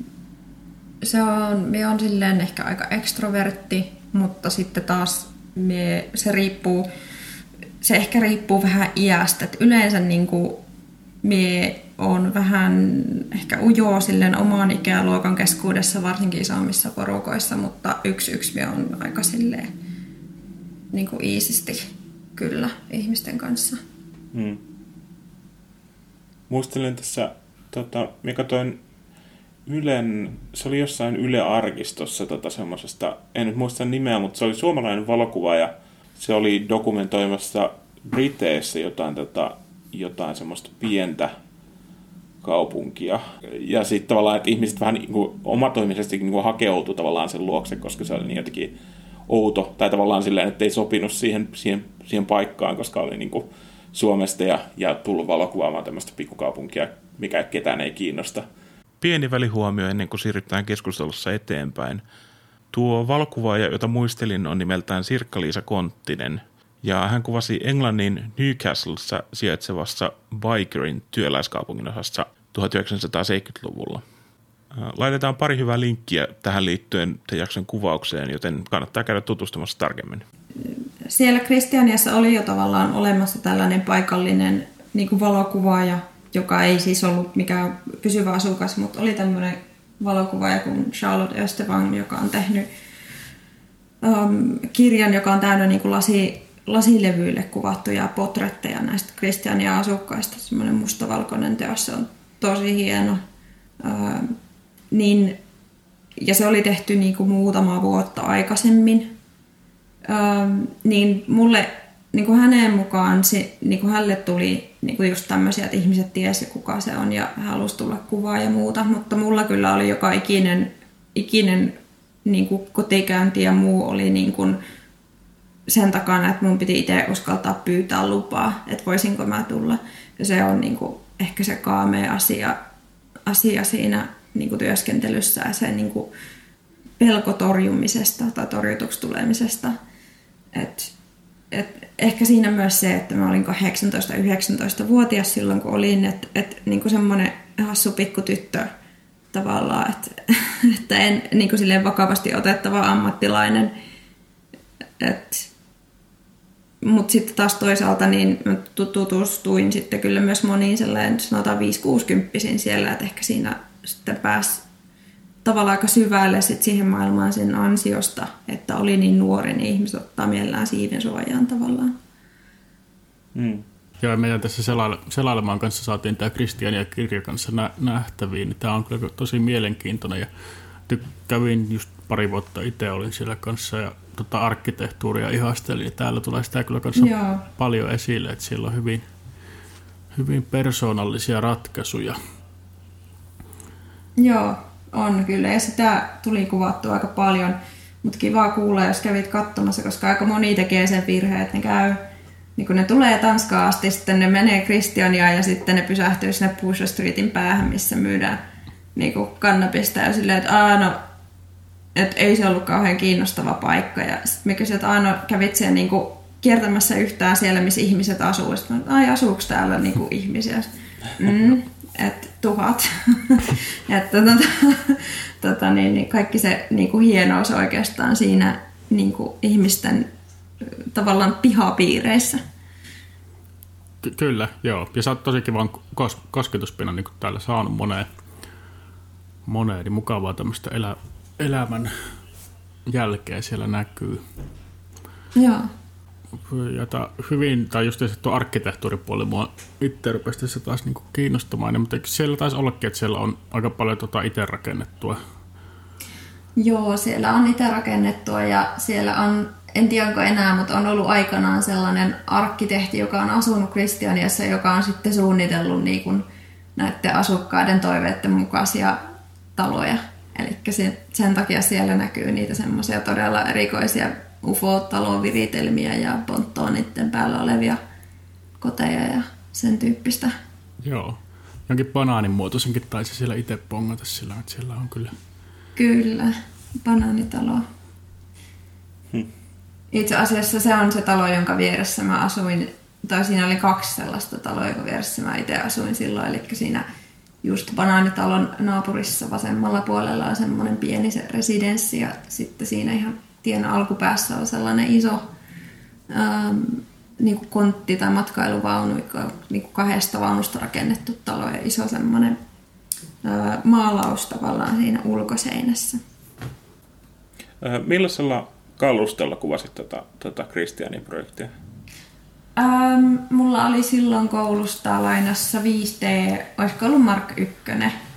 se on, minä olen silleen ehkä aika ekstrovertti, mutta sitten taas mie, se riippuu, se ehkä riippuu vähän iästä. Et yleensä niin kuin mie on vähän ehkä ujoa silleen oman ikäluokan keskuudessa, varsinkin isommissa porukoissa, mutta yksi yksi mie on aika silleen niin kuin iisisti kyllä ihmisten kanssa. Hmm. Muistelen tässä, tota, minä katsoin Ylen, se oli jossain Yle-arkistossa tota semmoisesta, en nyt muista nimeä, mutta se oli suomalainen valokuvaaja. Se oli dokumentoimassa Briteissä jotain, tota, jotain semmoista pientä kaupunkia. Ja sitten tavallaan, että ihmiset vähän niin kuin omatoimisesti niin kuin hakeutuu tavallaan sen luokse, koska se oli niin jotenkin outo. Tai tavallaan silleen, että ei sopinut siihen, siihen, siihen paikkaan, koska oli niin kuin Suomesta ja, ja tullut valokuvaamaan tämmöistä pikkukaupunkia, mikä ketään ei kiinnosta. Pieni välihuomio ennen kuin siirrytään keskustelussa eteenpäin. Tuo valokuvaaja, jota muistelin, on nimeltään Sirkka-Liisa Konttinen. Ja hän kuvasi Englannin Newcastlessa sijaitsevassa Bikerin työläiskaupungin osassa tuhatyhdeksänsataaseitsemänkymmentäluvulla. Laitetaan pari hyvää linkkiä tähän liittyen tämän jakson kuvaukseen, joten kannattaa käydä tutustumassa tarkemmin. Siellä Kristianiassa oli jo tavallaan olemassa tällainen paikallinen niin kuin valokuvaaja, joka ei siis ollut mikään pysyvä asukas, mutta oli tämmöinen valokuvaaja kuin Charlotte Östervang, joka on tehnyt um, kirjan, joka on täynnä niin kuin lasi, lasilevyille kuvattuja potretteja näistä Kristiania asukkaista. Semmoinen mustavalkoinen teos, se on tosi hieno. Uh, niin ja se oli tehty niin kuin muutama vuotta aikaisemmin. Ähm, niin mulle, niin kuin hänen mukaan, se, niin kuin hänelle tuli niin kuin just tämmöisiä, että ihmiset tiesi kuka se on ja hän halusi tulla kuvaa ja muuta, mutta mulla kyllä oli joka ikinen, ikinen niin kuin kotikäynti ja muu oli niin kuin sen takana, että mun piti itse uskaltaa pyytää lupaa, että voisinko mä tulla. Ja se on niin kuin ehkä se kaamea asia, asia siinä niin kuin työskentelyssä ja se niin kuin pelko torjumisesta tai torjutuksi tulemisesta. Et, et ehkä siinä myös se, että mä olin kahdeksantoista-yhdeksäntoista-vuotias silloin, kun olin, että et, niin kuin semmoinen hassu pikkutyttö tavallaan, että, että en niin kuin silleen vakavasti otettava ammattilainen. Mutta sitten taas toisaalta niin mä tutustuin sitten kyllä myös moniin sellainen sanotaan viisi-kuusikymppisiin siellä, että ehkä siinä sitten pääsi tavallaan aika syvälle sit siihen maailmaan sen ansiosta, että oli niin nuori, niin ihmiset ottaa mielellään siiven suojaan tavallaan. Mm. Joo, meidän tässä selaile- selailemaan kanssa saatiin tämä Kristiania kirja kanssa nä- nähtäviin, niin tämä on kyllä tosi mielenkiintoinen ja ty- kävin just pari vuotta itse olin siellä kanssa ja tota arkkitehtuuria ihastelin ja täällä tulee sitä kyllä kanssa Joo. paljon esille, että siellä on hyvin, hyvin persoonallisia ratkaisuja. Joo, on kyllä ja sitä tuli kuvattua aika paljon, mutta kiva kuulla, jos kävit katsomassa, koska aika moni tekee sen virheen, että ne käy, niin kun ne tulee Tanskaan asti, sitten ne menee Kristianiaan ja sitten ne pysähtyy sinne Pusher Streetin päähän, missä myydään niin kuin kannabista ja silleen, että aah, no, et ei se ollut kauhean kiinnostava paikka. Ja sitten me kysyin, että aina kävit siellä niin kuin kiertämässä yhtään siellä, missä ihmiset asuu. Sitten mä, ai asuuko täällä niin kuin ihmisiä? Mm, että tuhat. että tota, tota, niin, niin kaikki se niin kuin hienous oikeastaan siinä niin kuin ihmisten tavallaan pihapiireissä. Ky- kyllä, joo. Ja sä oot tosi kivan kos- kosketuspinnan niin kuin täällä saanut moneen. moneen niin mukavaa tämmöistä elä- elämän jälkeä siellä näkyy. Joo. Ja ta, hyvin, tai just tuo arkkitehtuuripuoli mua itse rupesi tässä taas niinku kiinnostamaan, mutta siellä taisi ollakin, että siellä on aika paljon tota itse rakennettua. Joo, siellä on itse rakennettua ja siellä on, en tiedä onko enää, mutta on ollut aikanaan sellainen arkkitehti, joka on asunut Kristianiassa, joka on sitten suunnitellut niin kuin näiden asukkaiden toiveiden mukaisia taloja. Eli sen takia siellä näkyy niitä semmoisia todella erikoisia U F O-taloviritelmiä ja ponttoonitten päällä olevia koteja ja sen tyyppistä. Joo. Jonkin banaanin muotoisenkin taisi siellä itse pongata sillä, että siellä on kyllä... Kyllä, banaanitalo. Hmm. Itse asiassa se on se talo, jonka vieressä mä asuin, tai siinä oli kaksi sellaista taloa, jonka vieressä mä itse asuin silloin, eli siinä just banaanitalon naapurissa vasemmalla puolella on semmoinen pieni se residenssi ja sitten siinä ihan tien alkupäässä on sellainen iso ähm, niin kuin kontti tai matkailuvaunu, niin kuin kahdesta vaunusta rakennettu talo ja iso semmoinen äh, maalaus tavallaan siinä ulkoseinässä. Äh, millaisella kalustella kuvasit tätä, tätä Kristiania-projektia? Ähm, mulla oli silloin koulusta lainassa viisi D, olisiko ollut Mark yksi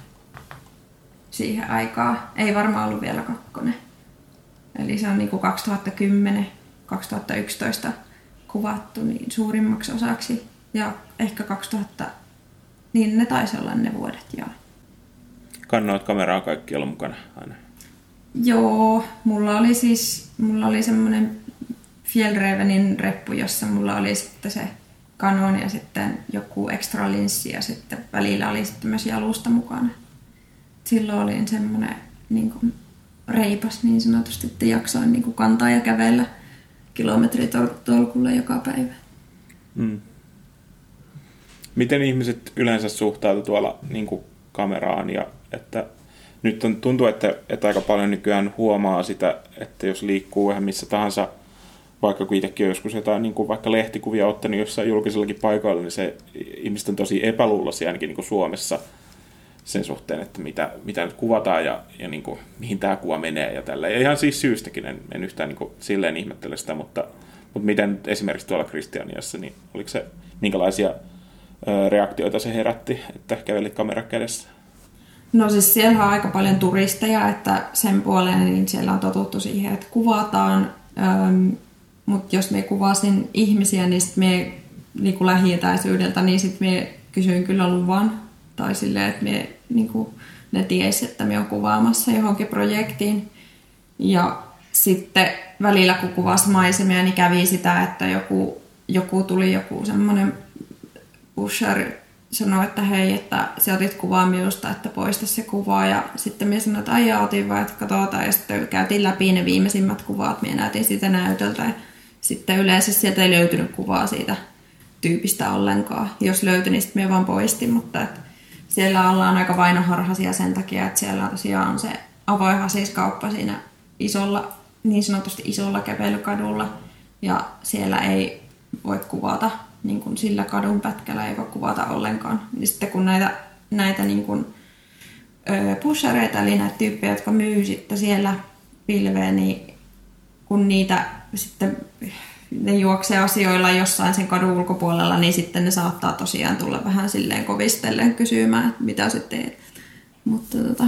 siihen aikaan. Ei varmaan ollut vielä kakkonen. Eli se on niinku kaksituhattakymmenen kaksituhattayksitoista kuvattu niin suurimmaksi osaksi. Ja ehkä kaksituhatta, niin ne taisi olla ne vuodet, joo. Kannoit kameraa kaikkialla mukana aina? Joo, mulla oli siis, mulla oli semmoinen Fjällrävenin reppu, jossa mulla oli sitten se Canon ja sitten joku extra linssi ja sitten välillä oli sitten myös jalusta mukana. Silloin olin semmoinen niin kuin reipas niin sanotusti, että jaksoin niin kuin kantaa ja kävellä kilometritolkulla joka päivä. Mm. Miten ihmiset yleensä suhtautuvat tuolla niin kuin kameraan? Ja että nyt on, tuntuu, että, että aika paljon nykyään huomaa sitä, että jos liikkuu vähän missä tahansa, vaikka kun itsekin on joskus jotain niin kuin vaikka lehtikuvia ottanut jossain julkisellakin paikoilla, niin se ihmiset on tosi epäluuloisia ainakin niin kuin Suomessa sen suhteen, että mitä, mitä nyt kuvataan ja, ja niin kuin, mihin tämä kuva menee ja tällä. Ja ihan siis syystäkin, en, en yhtään niin kuin silleen ihmettele sitä, mutta, mutta miten esimerkiksi tuolla Kristianiassa, niin oliko se, minkälaisia ö, reaktioita se herätti, että käveli kamera kädessä? No siis siellä on aika paljon turisteja, että sen puoleen niin siellä on totuttu siihen, että kuvataan. Ähm, mutta jos me kuvasin ihmisiä, niin sitten me niin lähietäisyydeltä, niin sitten me kysyin kyllä luvan. Tai silleen, että me, niin kuin, ne tiesi, että me on kuvaamassa johonkin projektiin. Ja sitten välillä kun kuvasi maisemia, niin kävi sitä, että joku, joku tuli joku semmoinen pusher, sanoi, että hei, että sä otit kuvaa minusta, että poista se kuva. Ja sitten minä sanoin, että aijaa, otin vaan, että katsotaan. Ja sitten käytiin läpi ne viimeisimmät kuvat. Minä näytin sitä näytöltä. Ja sitten yleensä sieltä ei löytynyt kuvaa siitä tyypistä ollenkaan. Jos löytyi, niin sitten minä vaan poistin. Mutta että siellä ollaan aika vainoharhaisia sen takia, että siellä tosiaan on se avoin hasiskauppa siinä isolla, niin sanotusti isolla kävelykadulla. Ja siellä ei voi kuvata niin kuin sillä kadun pätkällä, ei voi kuvata ollenkaan. Ja sitten kun näitä, näitä niin kuin, ö, pushereita, eli näitä tyyppejä, jotka myy sitten siellä pilveen, niin kun niitä sitten ne juoksee asioilla jossain sen kadun ulkopuolella, niin sitten ne saattaa tosiaan tulla vähän silleen kovistellen kysymään, että mitä sä teet. Mutta tota,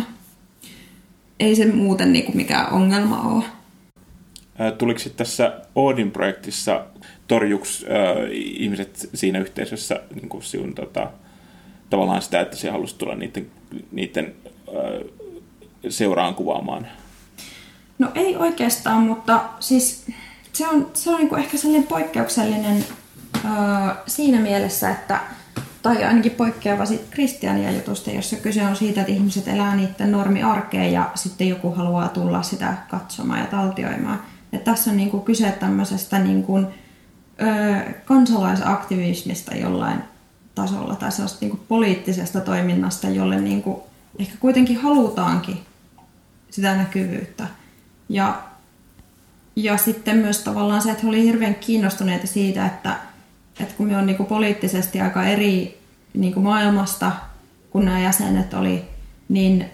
ei se muuten niin kuin mikään ongelma ole. Tuliko sitten tässä Odin-projektissa torjuksi äh, ihmiset siinä yhteisössä niin kuin sinun, tota, tavallaan sitä, että se halusi tulla niiden, niiden äh, seuraan kuvaamaan? No ei oikeastaan, mutta siis se on, se on niin kuin ehkä sellainen poikkeuksellinen äh, siinä mielessä, että tai ainakin poikkeava siitä Kristiania jutusta, jossa kyse on siitä, että ihmiset elää niiden normiarkeen ja sitten joku haluaa tulla sitä katsomaan ja taltioimaan. Et tässä on niinku kyse tämmöisestä niinku, ö, kansalaisaktivismista jollain tasolla tai sellaista niinku poliittisesta toiminnasta, jolle niinku ehkä kuitenkin halutaankin sitä näkyvyyttä. Ja, ja sitten myös tavallaan se, että he olivat hirveän kiinnostuneita siitä, että, että kun me on niinku poliittisesti aika eri niinku maailmasta, kun nämä jäsenet oli, niin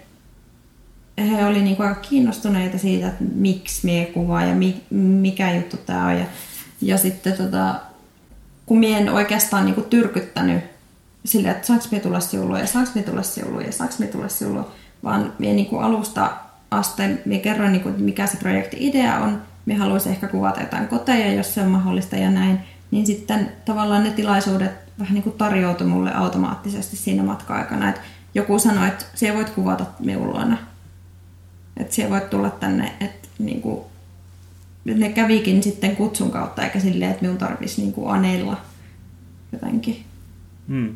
he olivat niinku aika kiinnostuneita siitä, että miksi mie kuvaa ja mi, mikä juttu tämä on. Ja, ja sitten tota, kun mie en oikeastaan niinku tyrkyttänyt silleen, että saanko mie tulla siuluun ja saanko mie tulla siuluun ja saanko mie tulla siuluun, vaan mie niinku alusta asti mie kerroin, niinku, mikä se projekti-idea on. Mie haluaisin ehkä kuvata jotain koteja, jos se on mahdollista ja näin. Niin sitten tavallaan ne tilaisuudet vähän niin kuin tarjoutui mulle automaattisesti siinä matka-aikana. Et joku sanoi, että sinä voit kuvata minun luona. Että sinä voit tulla tänne. Että niin kuin, ne kävikin sitten kutsun kautta, eikä silleen, että minun tarvitsisi niin kuin aneilla jotenkin. Hmm.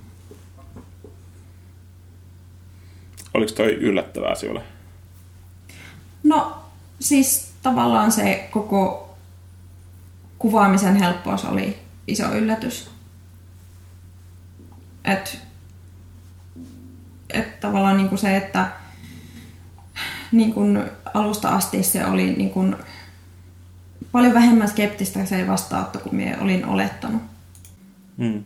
Oliko toi yllättävää sinulle? No siis tavallaan se koko kuvaamisen helppous oli iso yllätys. Että et tavallaan niinku se, että niinku alusta asti se oli niinku paljon vähemmän skeptistä se vastaanotto kuin minä olin olettanut. Hmm.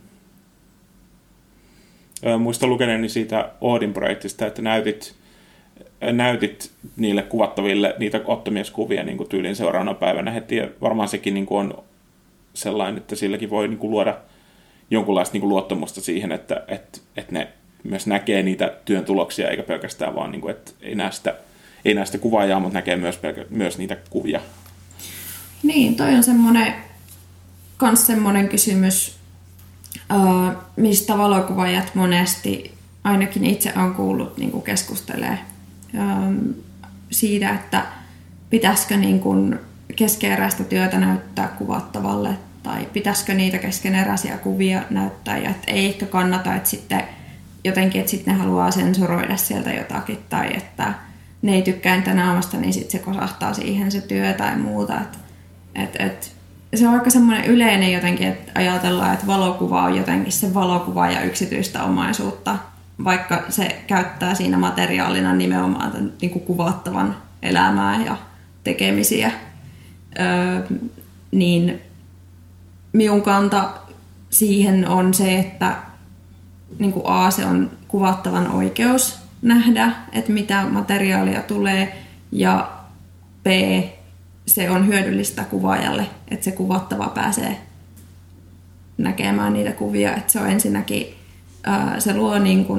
Muistan lukeneeni siitä Odin-projektista, että näytit, näytit niille kuvattaville niitä ottomienkuvia niin tyylin seuraavana päivänä heti. Ja varmaan sekin niin on sellainen, että silläkin voi niin luoda jonkunlaista niin luottamusta siihen, että, että, että ne myös näkee niitä työn tuloksia, eikä pelkästään vaan, niin kuin, että ei näe sitä, ei näe sitä kuvaajaa, mutta näkee myös, pelkä, myös niitä kuvia. Niin, toi on semmoinen, kans semmoinen kysymys, uh, mistä valokuvaajat monesti, ainakin itse olen kuullut, niin kuin keskustelee um, siitä, että pitäisikö niin kuin keskeneräistä työtä näyttää kuvattavalle tai pitäisikö niitä keskeneräisiä kuvia näyttää ja että ei ehkä kannata, että sitten jotenkin, että sitten ne haluaa sensuroida sieltä jotakin tai että ne ei tykkää entä naamasta, niin sitten se kosahtaa siihen se työ tai muuta. Et, et, et, se on aika semmoinen yleinen jotenkin, että ajatellaan, että valokuva on jotenkin se valokuva ja yksityistä omaisuutta, vaikka se käyttää siinä materiaalina nimenomaan tämän, niin kuin kuvattavan elämää ja tekemisiä. Öö, niin minun kanta siihen on se, että niin kuin A, se on kuvattavan oikeus nähdä, että mitä materiaalia tulee, ja B, se on hyödyllistä kuvaajalle, että se kuvattava pääsee näkemään niitä kuvia. Että se on ensinnäkin, ää, se luo niin kuin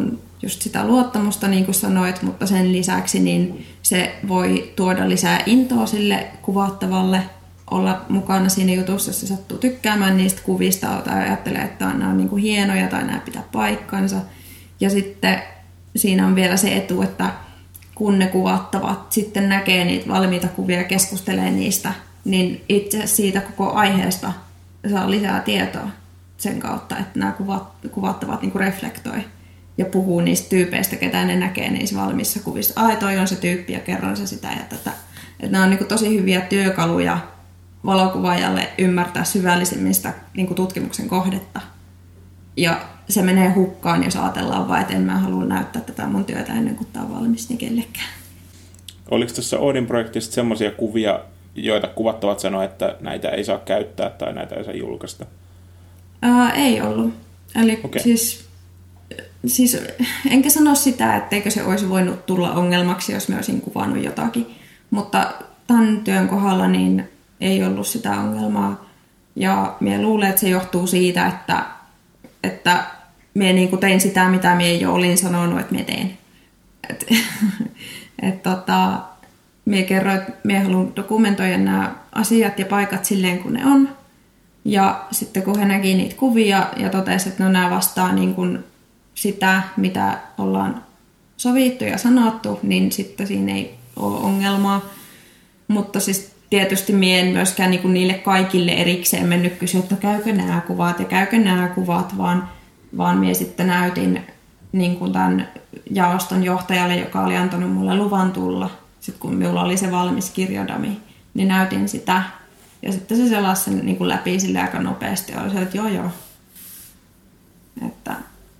just sitä luottamusta, niin kuin sanoit, mutta sen lisäksi niin se voi tuoda lisää intoa sille kuvattavalle, olla mukana siinä jutussa, jos se sattuu tykkäämään niistä kuvista tai ajattelee, että nämä on niin kuin hienoja tai nämä pitää paikkansa. Ja sitten siinä on vielä se etu, että kun ne kuvattavat sitten näkee niitä valmiita kuvia ja keskustelee niistä, niin itse siitä koko aiheesta saa lisää tietoa sen kautta, että nämä kuvat, kuvattavat niin kuin reflektoi ja puhuu niistä tyypeistä, ketä ne näkee niissä valmissa kuvissa. Ai, toi on se tyyppi ja kerron se sitä ja tätä. Että nämä on niin kuin tosi hyviä työkaluja valokuvaajalle ymmärtää syvällisemmin sitä niin kuin tutkimuksen kohdetta. Ja se menee hukkaan, jos ajatellaan vaan, että en mä halua näyttää tätä mun työtä ennen kuin tämä on valmis niin kellekään. Oliko tässä Odin projektissa semmoisia kuvia, joita kuvattavat sanoa, että näitä ei saa käyttää tai näitä ei saa julkaista? Ää, ei ollut. Eli okay. siis, siis enkä sano sitä, etteikö se olisi voinut tulla ongelmaksi, jos mä olisin kuvannut jotakin. Mutta tämän työn kohdalla niin ei ollut sitä ongelmaa. Ja minä luulen, että se johtuu siitä, että, että minä niin kuin tein sitä, mitä minä jo olin sanonut, että minä teen. Et, et, tota, minä kerroin, että minä haluan dokumentoida nämä asiat ja paikat silleen, kun ne on. Ja sitten kun he näki niitä kuvia ja totesi, että no nämä vastaa niin kuin sitä, mitä ollaan sovittu ja sanottu, niin sitten siinä ei ole ongelmaa. Mutta siis tietysti minä en myöskään niin kuin niille kaikille erikseen mennyt kysyä, että käykö nämä kuvat ja käykö nämä kuvat, vaan, vaan minä sitten näytin niin kuin tämän jaoston johtajalle, joka oli antanut mulle luvan tulla. Sitten kun minulla oli se valmis kirjodami, niin näytin sitä. Ja sitten se selasi sen niin kuin läpi sille aika nopeasti. Ja oli se, että joo joo. Että,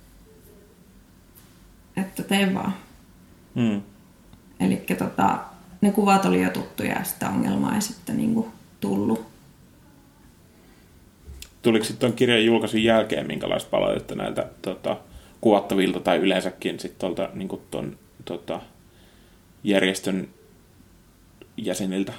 että tein vaan. Hmm. Eli tota, ne kuvat oli jo tuttuja ja sitä ongelmaa ei sitten niin kuin tullut. Tuliko sitten tuon kirjan julkaisun jälkeen minkälaista palautetta näiltä tota, kuvattavilta tai yleensäkin sitten tuolta niin kuin ton, tota, järjestön jäseniltä?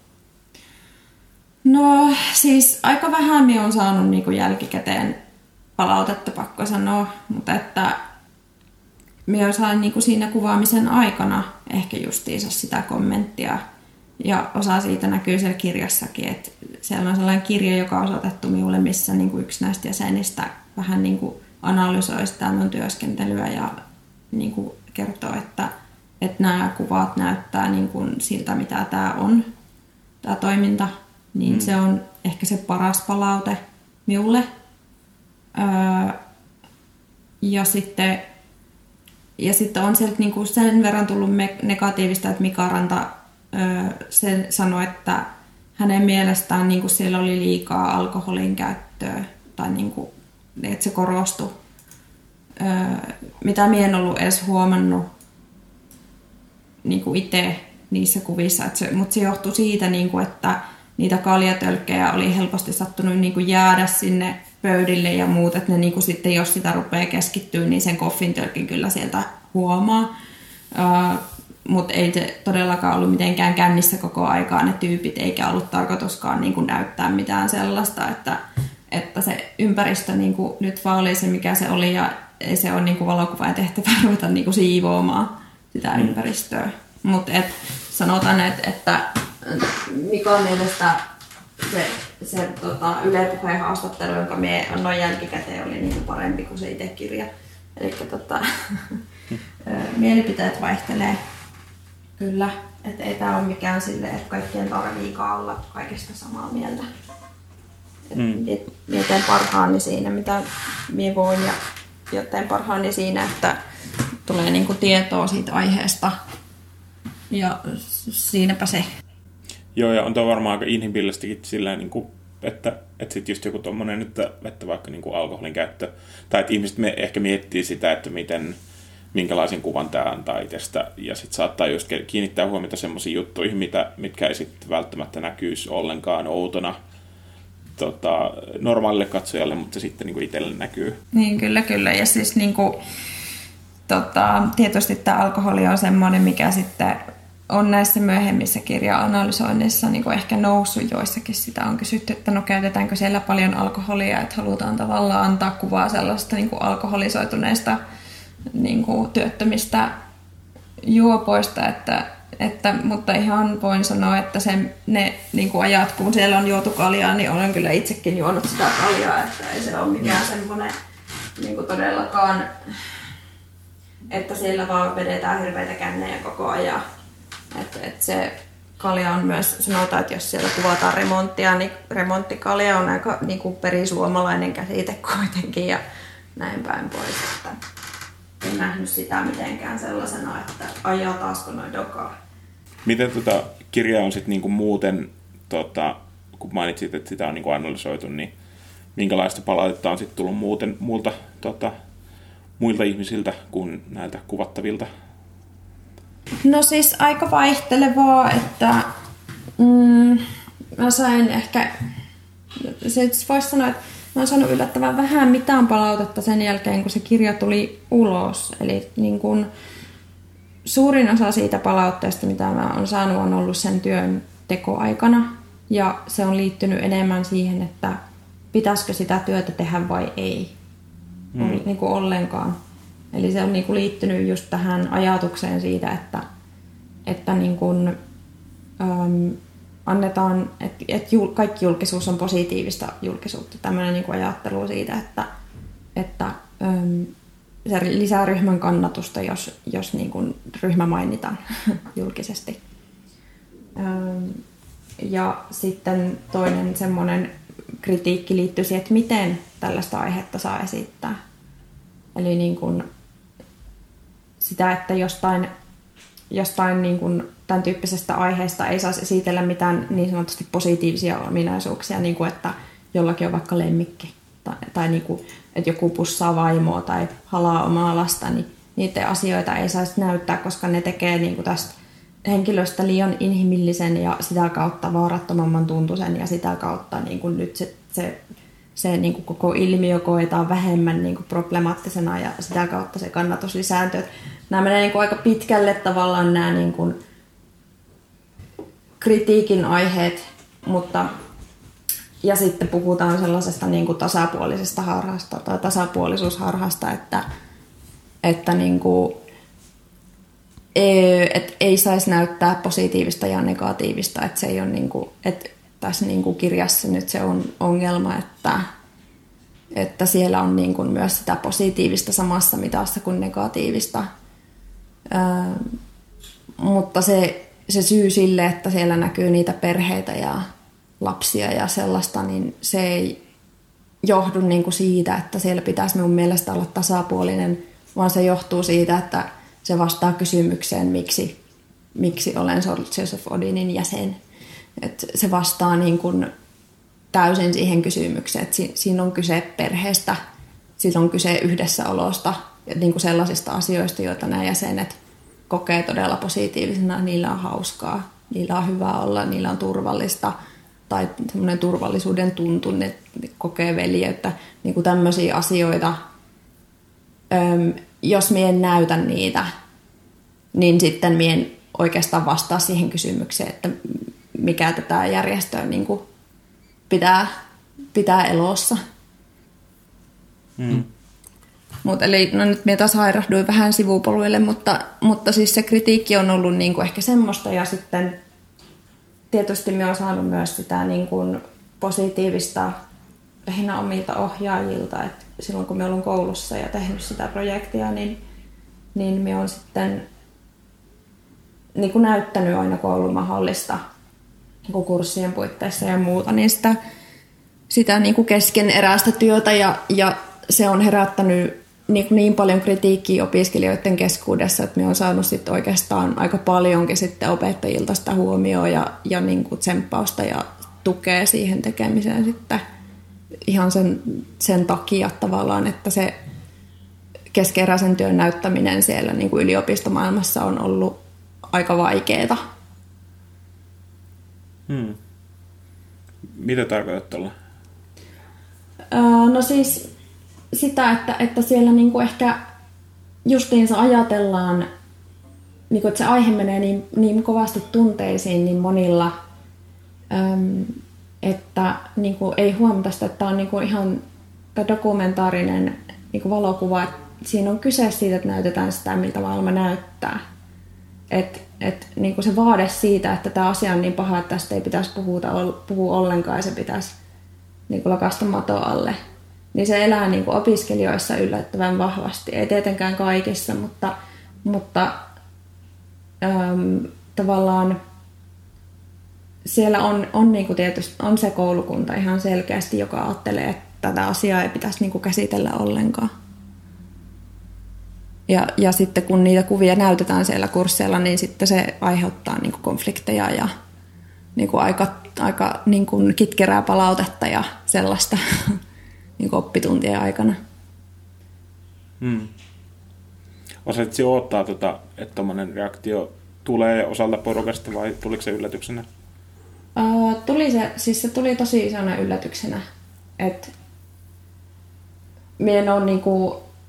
No siis aika vähän minä olen saanut niin kuin jälkikäteen palautetta, pakko sanoa, mutta että minä sain niin kuin siinä kuvaamisen aikana ehkä justiinsa sitä kommenttia. Ja osa siitä näkyy siellä kirjassakin, että siellä on sellainen kirja, joka on osoitettu minulle, missä niin kuin yksi näistä jäsenistä vähän niin kuin analysoi sitä minun työskentelyä ja niin kuin kertoo, että, että nämä kuvat näyttää niin kuin siltä, mitä tämä on, tämä toiminta. Niin mm. se on ehkä se paras palaute minulle. Öö, ja, sitten, ja sitten on sieltä niin kuin sen verran tullut negatiivista, että Mika Ranta öö, se sanoi, että hänen mielestään niin kuin siellä oli liikaa alkoholin käyttöä tai niin kuin, että se korostui. Öö, mitä minä en ollut edes huomannut niin kuin itse niissä kuvissa, että se, mutta se johtui siitä, niin kuin, että niitä kaljatölkkejä oli helposti sattunut niin kuin jäädä sinne pöydille ja muut, että ne niin kuin sitten, jos sitä rupeaa keskittyä, niin sen koffintölkin kyllä sieltä huomaa. Uh, mutta ei se todellakaan ollut mitenkään kännissä koko aikaa ne tyypit, eikä ollut tarkoituskaan niin kuin näyttää mitään sellaista, että, että se ympäristö niin kuin nyt vaan oli se, mikä se oli, ja ei se ole niin kuin valokuvaajan tehtävä ruveta niin kuin siivoamaan sitä mm. ympäristöä. Mutta sanotaan, että, että Mikon mielestä se, se tota, Yle Puheen haastattelu, jonka minä annoin jälkikäteen, oli niin parempi kuin se itse kirja. Eli tota, mielipiteet vaihtelee kyllä. Että ei tämä ole mikään silleen, että kaikkien tarviikaan olla kaikesta samaa mieltä. Mm. Minä teen parhaani siinä, mitä minä voin, ja, ja teen parhaani siinä, että tulee niinku tietoa siitä aiheesta. Ja siinäpä se. Joo, ja on tuo varmaan aika inhimillistäkin sillä niin kuin, että, että sitten just joku tommonen, että, että vaikka niin kuin alkoholin käyttö, tai että ihmiset me ehkä miettii sitä, että miten, minkälaisen kuvan tämä antaa itsestä, ja sitten saattaa just kiinnittää huomiota semmoisiin juttuihin, mitä, mitkä ei sitten välttämättä näkyisi ollenkaan outona tota, normaalille katsojalle, mutta sitten niin kuin itselle näkyy. Niin, kyllä, kyllä. Ja siis niin kuin, tota, tietysti tämä alkoholi on semmoinen, mikä sitten on näissä myöhemmissä kirja-analysoinneissa niin kuin ehkä noussut joissakin. Sitä on kysytty, että no käytetäänkö siellä paljon alkoholia, että halutaan tavallaan antaa kuvaa sellaista niin kuin alkoholisoituneesta niin kuin työttömistä juopoista, että, että, mutta ihan voin sanoa, että se, ne niin kuin ajat, kun siellä on juotu kaljaa, niin olen kyllä itsekin juonut sitä kaljaa, että ei se ole mikään semmoinen niin kuin todellakaan, että siellä vaan vedetään hirveitä kännejä koko ajan. Että, että se kalja on myös, sanotaan, että jos siellä kuvataan remonttia, niin remonttikalja on aika niin kuin perisuomalainen käsite kuitenkin ja näin päin pois. Että en nähnyt sitä mitenkään sellaisena, että ajaa taasko noin dokaa. Miten tota kirja on sitten niinku muuten, tota, kun mainitsit, että sitä on niinku analysoitu, niin minkälaista palautetta on sitten tullut muuten muilta, tota, muilta ihmisiltä kuin näiltä kuvattavilta? No siis aika vaihtelevaa, että mm, mä sain ehkä, se voisi sanoa, että mä oon saanut yllättävän vähän mitään palautetta sen jälkeen, kun se kirja tuli ulos. Eli niin kun, suurin osa siitä palautteesta, mitä mä oon saanut, on ollut sen työn tekoaikana. Ja se on liittynyt enemmän siihen, että pitäisikö sitä työtä tehdä vai ei. Mm. Niin kuin ollenkaan. Eli se on niin kuin liittynyt just tähän ajatukseen siitä, että, että niin kuin, äm, annetaan, että, että jul, kaikki julkisuus on positiivista julkisuutta. Tämmöinen niin kuin ajattelu siitä, että, että äm, se lisää ryhmän kannatusta, jos, jos niin kuin ryhmä mainitaan julkisesti. Äm, ja sitten toinen semmoinen kritiikki liittyy siihen, että miten tällaista aihetta saa esittää. Eli niin kuin sitä, että jostain, jostain niin kuin tämän tyyppisestä aiheesta ei saisi esitellä mitään niin sanotusti positiivisia ominaisuuksia, niin kuin että jollakin on vaikka lemmikki tai, tai niin kuin, että joku pussaa vaimoa tai halaa omaa lasta, niin niitä asioita ei saisi näyttää, koska ne tekee niin kuin tästä henkilöstä liian inhimillisen ja sitä kautta vaarattomamman tuntuisen ja sitä kautta niin kuin nyt se, se se niin kuin koko ilmiö koetaan vähemmän niin kuin problemaattisena ja sitä kautta se kannatus lisääntyy. Nämä menee niin kuin aika pitkälle tavallaan nämä niin kuin kritiikin aiheet, mutta ja sitten puhutaan sellaisesta niin kuin tasapuolisesta harhasta tai tasapuolisuusharhasta, että, että niin kuin, ei, että ei saisi näyttää positiivista ja negatiivista, että se ei ole niin kuin, että tässä niin kuin kirjassa nyt se on ongelma, että, että siellä on niin kuin myös sitä positiivista samassa mitassa kuin negatiivista. Ää, mutta se, se syy sille, että siellä näkyy niitä perheitä ja lapsia ja sellaista, niin se ei johdu niin kuin siitä, että siellä pitäisi mun mielestä olla tasapuolinen, vaan se johtuu siitä, että se vastaa kysymykseen, miksi, miksi olen Soldiers of Odinin jäsen. Et se vastaa niin kuin täysin siihen kysymykseen, että siinä on kyse perheestä, siinä on kyse yhdessäolosta ja niin kuin sellaisista asioista, joita nämä jäsenet kokee todella positiivisena. Niillä on hauskaa, niillä on hyvä olla, niillä on turvallista tai semmoinen turvallisuuden tuntu, ne kokee veljeyttä, niin kuin tämmöisiä asioita. Öm, jos mie en näytä niitä, niin sitten mie en oikeastaan vastaa siihen kysymykseen, että mikä tätä järjestöä niin kuin pitää, pitää elossa. Mm. Mut eli, no nyt minä taas hairahduin vähän sivupoluille, mutta, mutta siis se kritiikki on ollut niin kuin ehkä semmoista. Ja sitten tietysti minä olen saanut myös sitä niin kuin positiivista lähinnä omilta ohjaajilta. Et silloin kun minä olen koulussa ja tehnyt sitä projektia, niin, niin minä olen sitten niin kuin näyttänyt aina koulun mahdollista kurssien puitteissa ja muuta, niin sitä, sitä niin kuin keskeneräistä työtä ja, ja se on herättänyt niin, niin paljon kritiikkiä opiskelijoiden keskuudessa, että minä olen saanut sit oikeastaan aika paljonkin sitten opettajilta sitä huomioon ja, ja niin kuin tsemppausta ja tukea siihen tekemiseen sitten ihan sen, sen takia tavallaan, että se keskeneräisen työn näyttäminen siellä niin kuin yliopistomaailmassa on ollut aika vaikeaa. Hmm. Mitä tarkoitat tuolla? Öö, no siis sitä, että, että siellä niinku ehkä justiinsa ajatellaan, niinku, että se aihe menee niin, niin kovasti tunteisiin niin monilla, öm, että niinku, ei huomata sitä, että tämä on niinku ihan dokumentaarinen niinku valokuva, siinä on kyse siitä, että näytetään sitä, miltä maailma näyttää. Että et, niin se vaade siitä, että tämä asia on niin paha, että tästä ei pitäisi puhua, puhua ollenkaan ja se pitäisi niin lakasta mato alle. Niin se elää niin opiskelijoissa yllättävän vahvasti. Ei tietenkään kaikissa, mutta, mutta äm, tavallaan siellä on, on, niin tietysti, on se koulukunta ihan selkeästi, joka ajattelee, että tätä asiaa ei pitäisi niin käsitellä ollenkaan. Ja, ja sitten kun niitä kuvia näytetään siellä kursseilla, niin sitten se aiheuttaa niin konflikteja ja niin aika, aika niin kitkerää palautetta ja sellaista niin oppituntien aikana. Hmm. Osaatko odottaa, tuota, että tuommoinen reaktio tulee osalta porukasta vai tuliko se yllätyksenä? Uh, tuli se, siis se tuli tosi isona yllätyksenä. Et mie en ole niinku,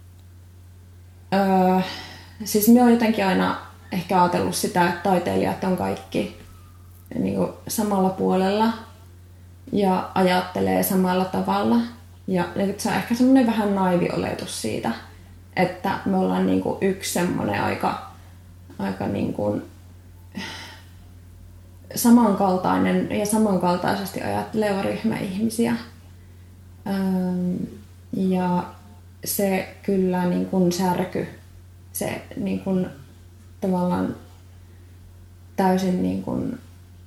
uh, siis mie olen jotenkin aina ehkä ajatellut sitä, että taiteilijat on kaikki niinku samalla puolella ja ajattelee samalla tavalla. Ja se on ehkä semmoinen vähän naivi oletus siitä, että me ollaan niinku yksi semmoinen aika, aika niinku samankaltainen ja samankaltaisesti ajatteleva ryhmä ihmisiä. Ja se kyllä niin kuin särky, se niin kuin tavallaan täysin niin kuin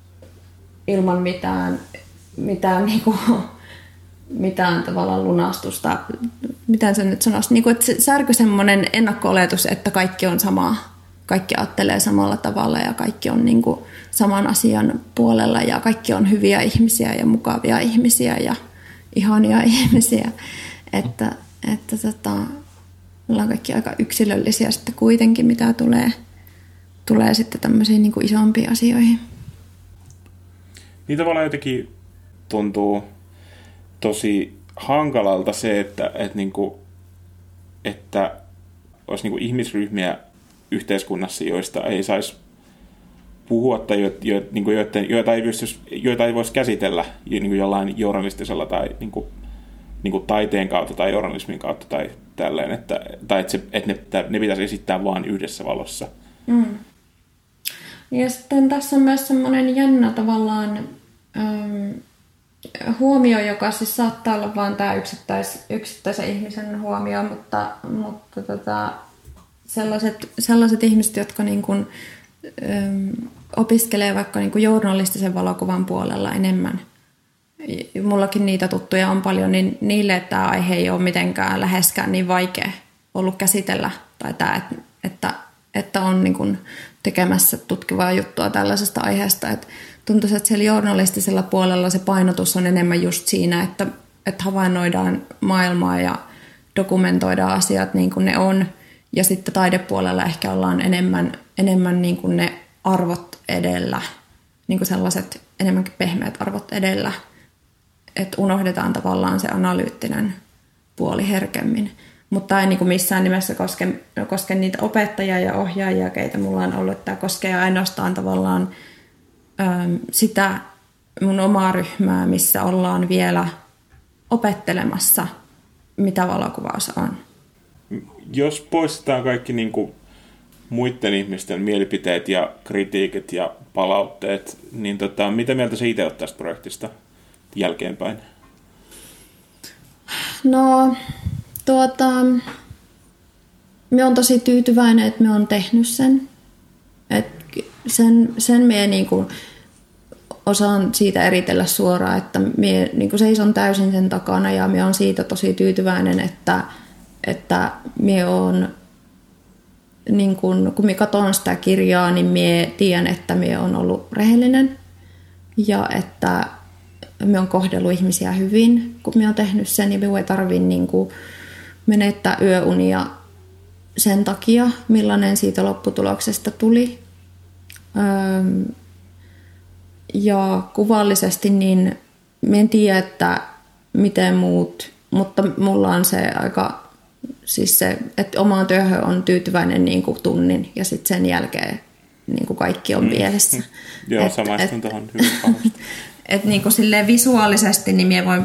ilman mitään, mitään, niin kuin, mitään tavallaan lunastusta, miten se nyt sanoisi, niin kuin, että se särky semmoinen ennakko-oletus, että kaikki on samaa. Kaikki ajattelee samalla tavalla ja kaikki on niin kuin saman asian puolella ja kaikki on hyviä ihmisiä ja mukavia ihmisiä ja ihania ihmisiä. Että, että tota, ollaan kaikki aika yksilöllisiä sitten kuitenkin, mitä tulee, tulee sitten tämmöisiin niin kuin isompiin asioihin. Niin tavallaan jotenkin tuntuu tosi hankalalta se, että, että, niin kuin, että olisi niin kuin ihmisryhmiä yhteiskunnassa, joista ei saisi puhua tai jo, jo, niin kuin joiden, joita, ei pystyisi, joita ei voisi käsitellä niin kuin jollain journalistisella tai niin kuin, niin kuin taiteen kautta tai journalismin kautta tai tälleen, että, tai että, se, että ne, ne pitäisi esittää vain yhdessä valossa. Mm. Ja sitten tässä on myös semmoinen jännä tavallaan ähm, huomio, joka siis saattaa olla vain tämä yksittäis, yksittäisen ihmisen huomio, mutta, mutta tota, sellaiset, sellaiset ihmiset, jotka niin kuin, ähm, opiskelee vaikka niin kuin journalistisen valokuvan puolella enemmän. Mullakin niitä tuttuja on paljon, niin niille tämä aihe ei ole mitenkään läheskään niin vaikea ollut käsitellä. Tai tämä, että, että, että on niin kuin tekemässä tutkivaa juttua tällaisesta aiheesta. Että tuntuisi, että siellä journalistisella puolella se painotus on enemmän just siinä, että, että havainnoidaan maailmaa ja dokumentoidaan asiat niin kuin ne on. Ja sitten taidepuolella ehkä ollaan enemmän, enemmän niin kuin ne arvot edellä, niin kuin sellaiset enemmänkin pehmeät arvot edellä. Että unohdetaan tavallaan se analyyttinen puoli herkemmin. Mutta ei niin kuin missään nimessä koske, koske niitä opettajia ja ohjaajia, keitä mulla on ollut. Tämä koskee ainoastaan tavallaan äm, sitä mun omaa ryhmää, missä ollaan vielä opettelemassa, mitä valokuvaus on. Jos poistetaan kaikki niin kuin muiden ihmisten mielipiteet ja kritiikit ja palautteet, niin tota, mitä mieltä sä itse olet tästä projektista jälkeenpäin? No, tuota, minä olen tosi tyytyväinen, että minä olen tehnyt sen. Et sen, sen minä niinku osaan siitä eritellä suoraan, että minä niinku seison täysin sen takana ja minä olen siitä tosi tyytyväinen, että, että minä olen, niin kun, kun minä katson sitä kirjaa, niin minä tiedän, että minä olen ollut rehellinen ja että minä olen kohdellut ihmisiä hyvin, kun minä olen tehnyt sen ja minä ei tarvitse niin kuin menettää yöunia sen takia, millainen siitä lopputuloksesta tuli. Öö, ja kuvallisesti niin minä en tiedä, että miten muut, mutta mulla on se aika, siis se, että omaan työhön on tyytyväinen niin kuin tunnin ja sitten sen jälkeen niin kuin kaikki on mielessä. Mm. Joo, samaistun tuohon hyvin pahasti. Että niin kuin silleen visuaalisesti niin minä voin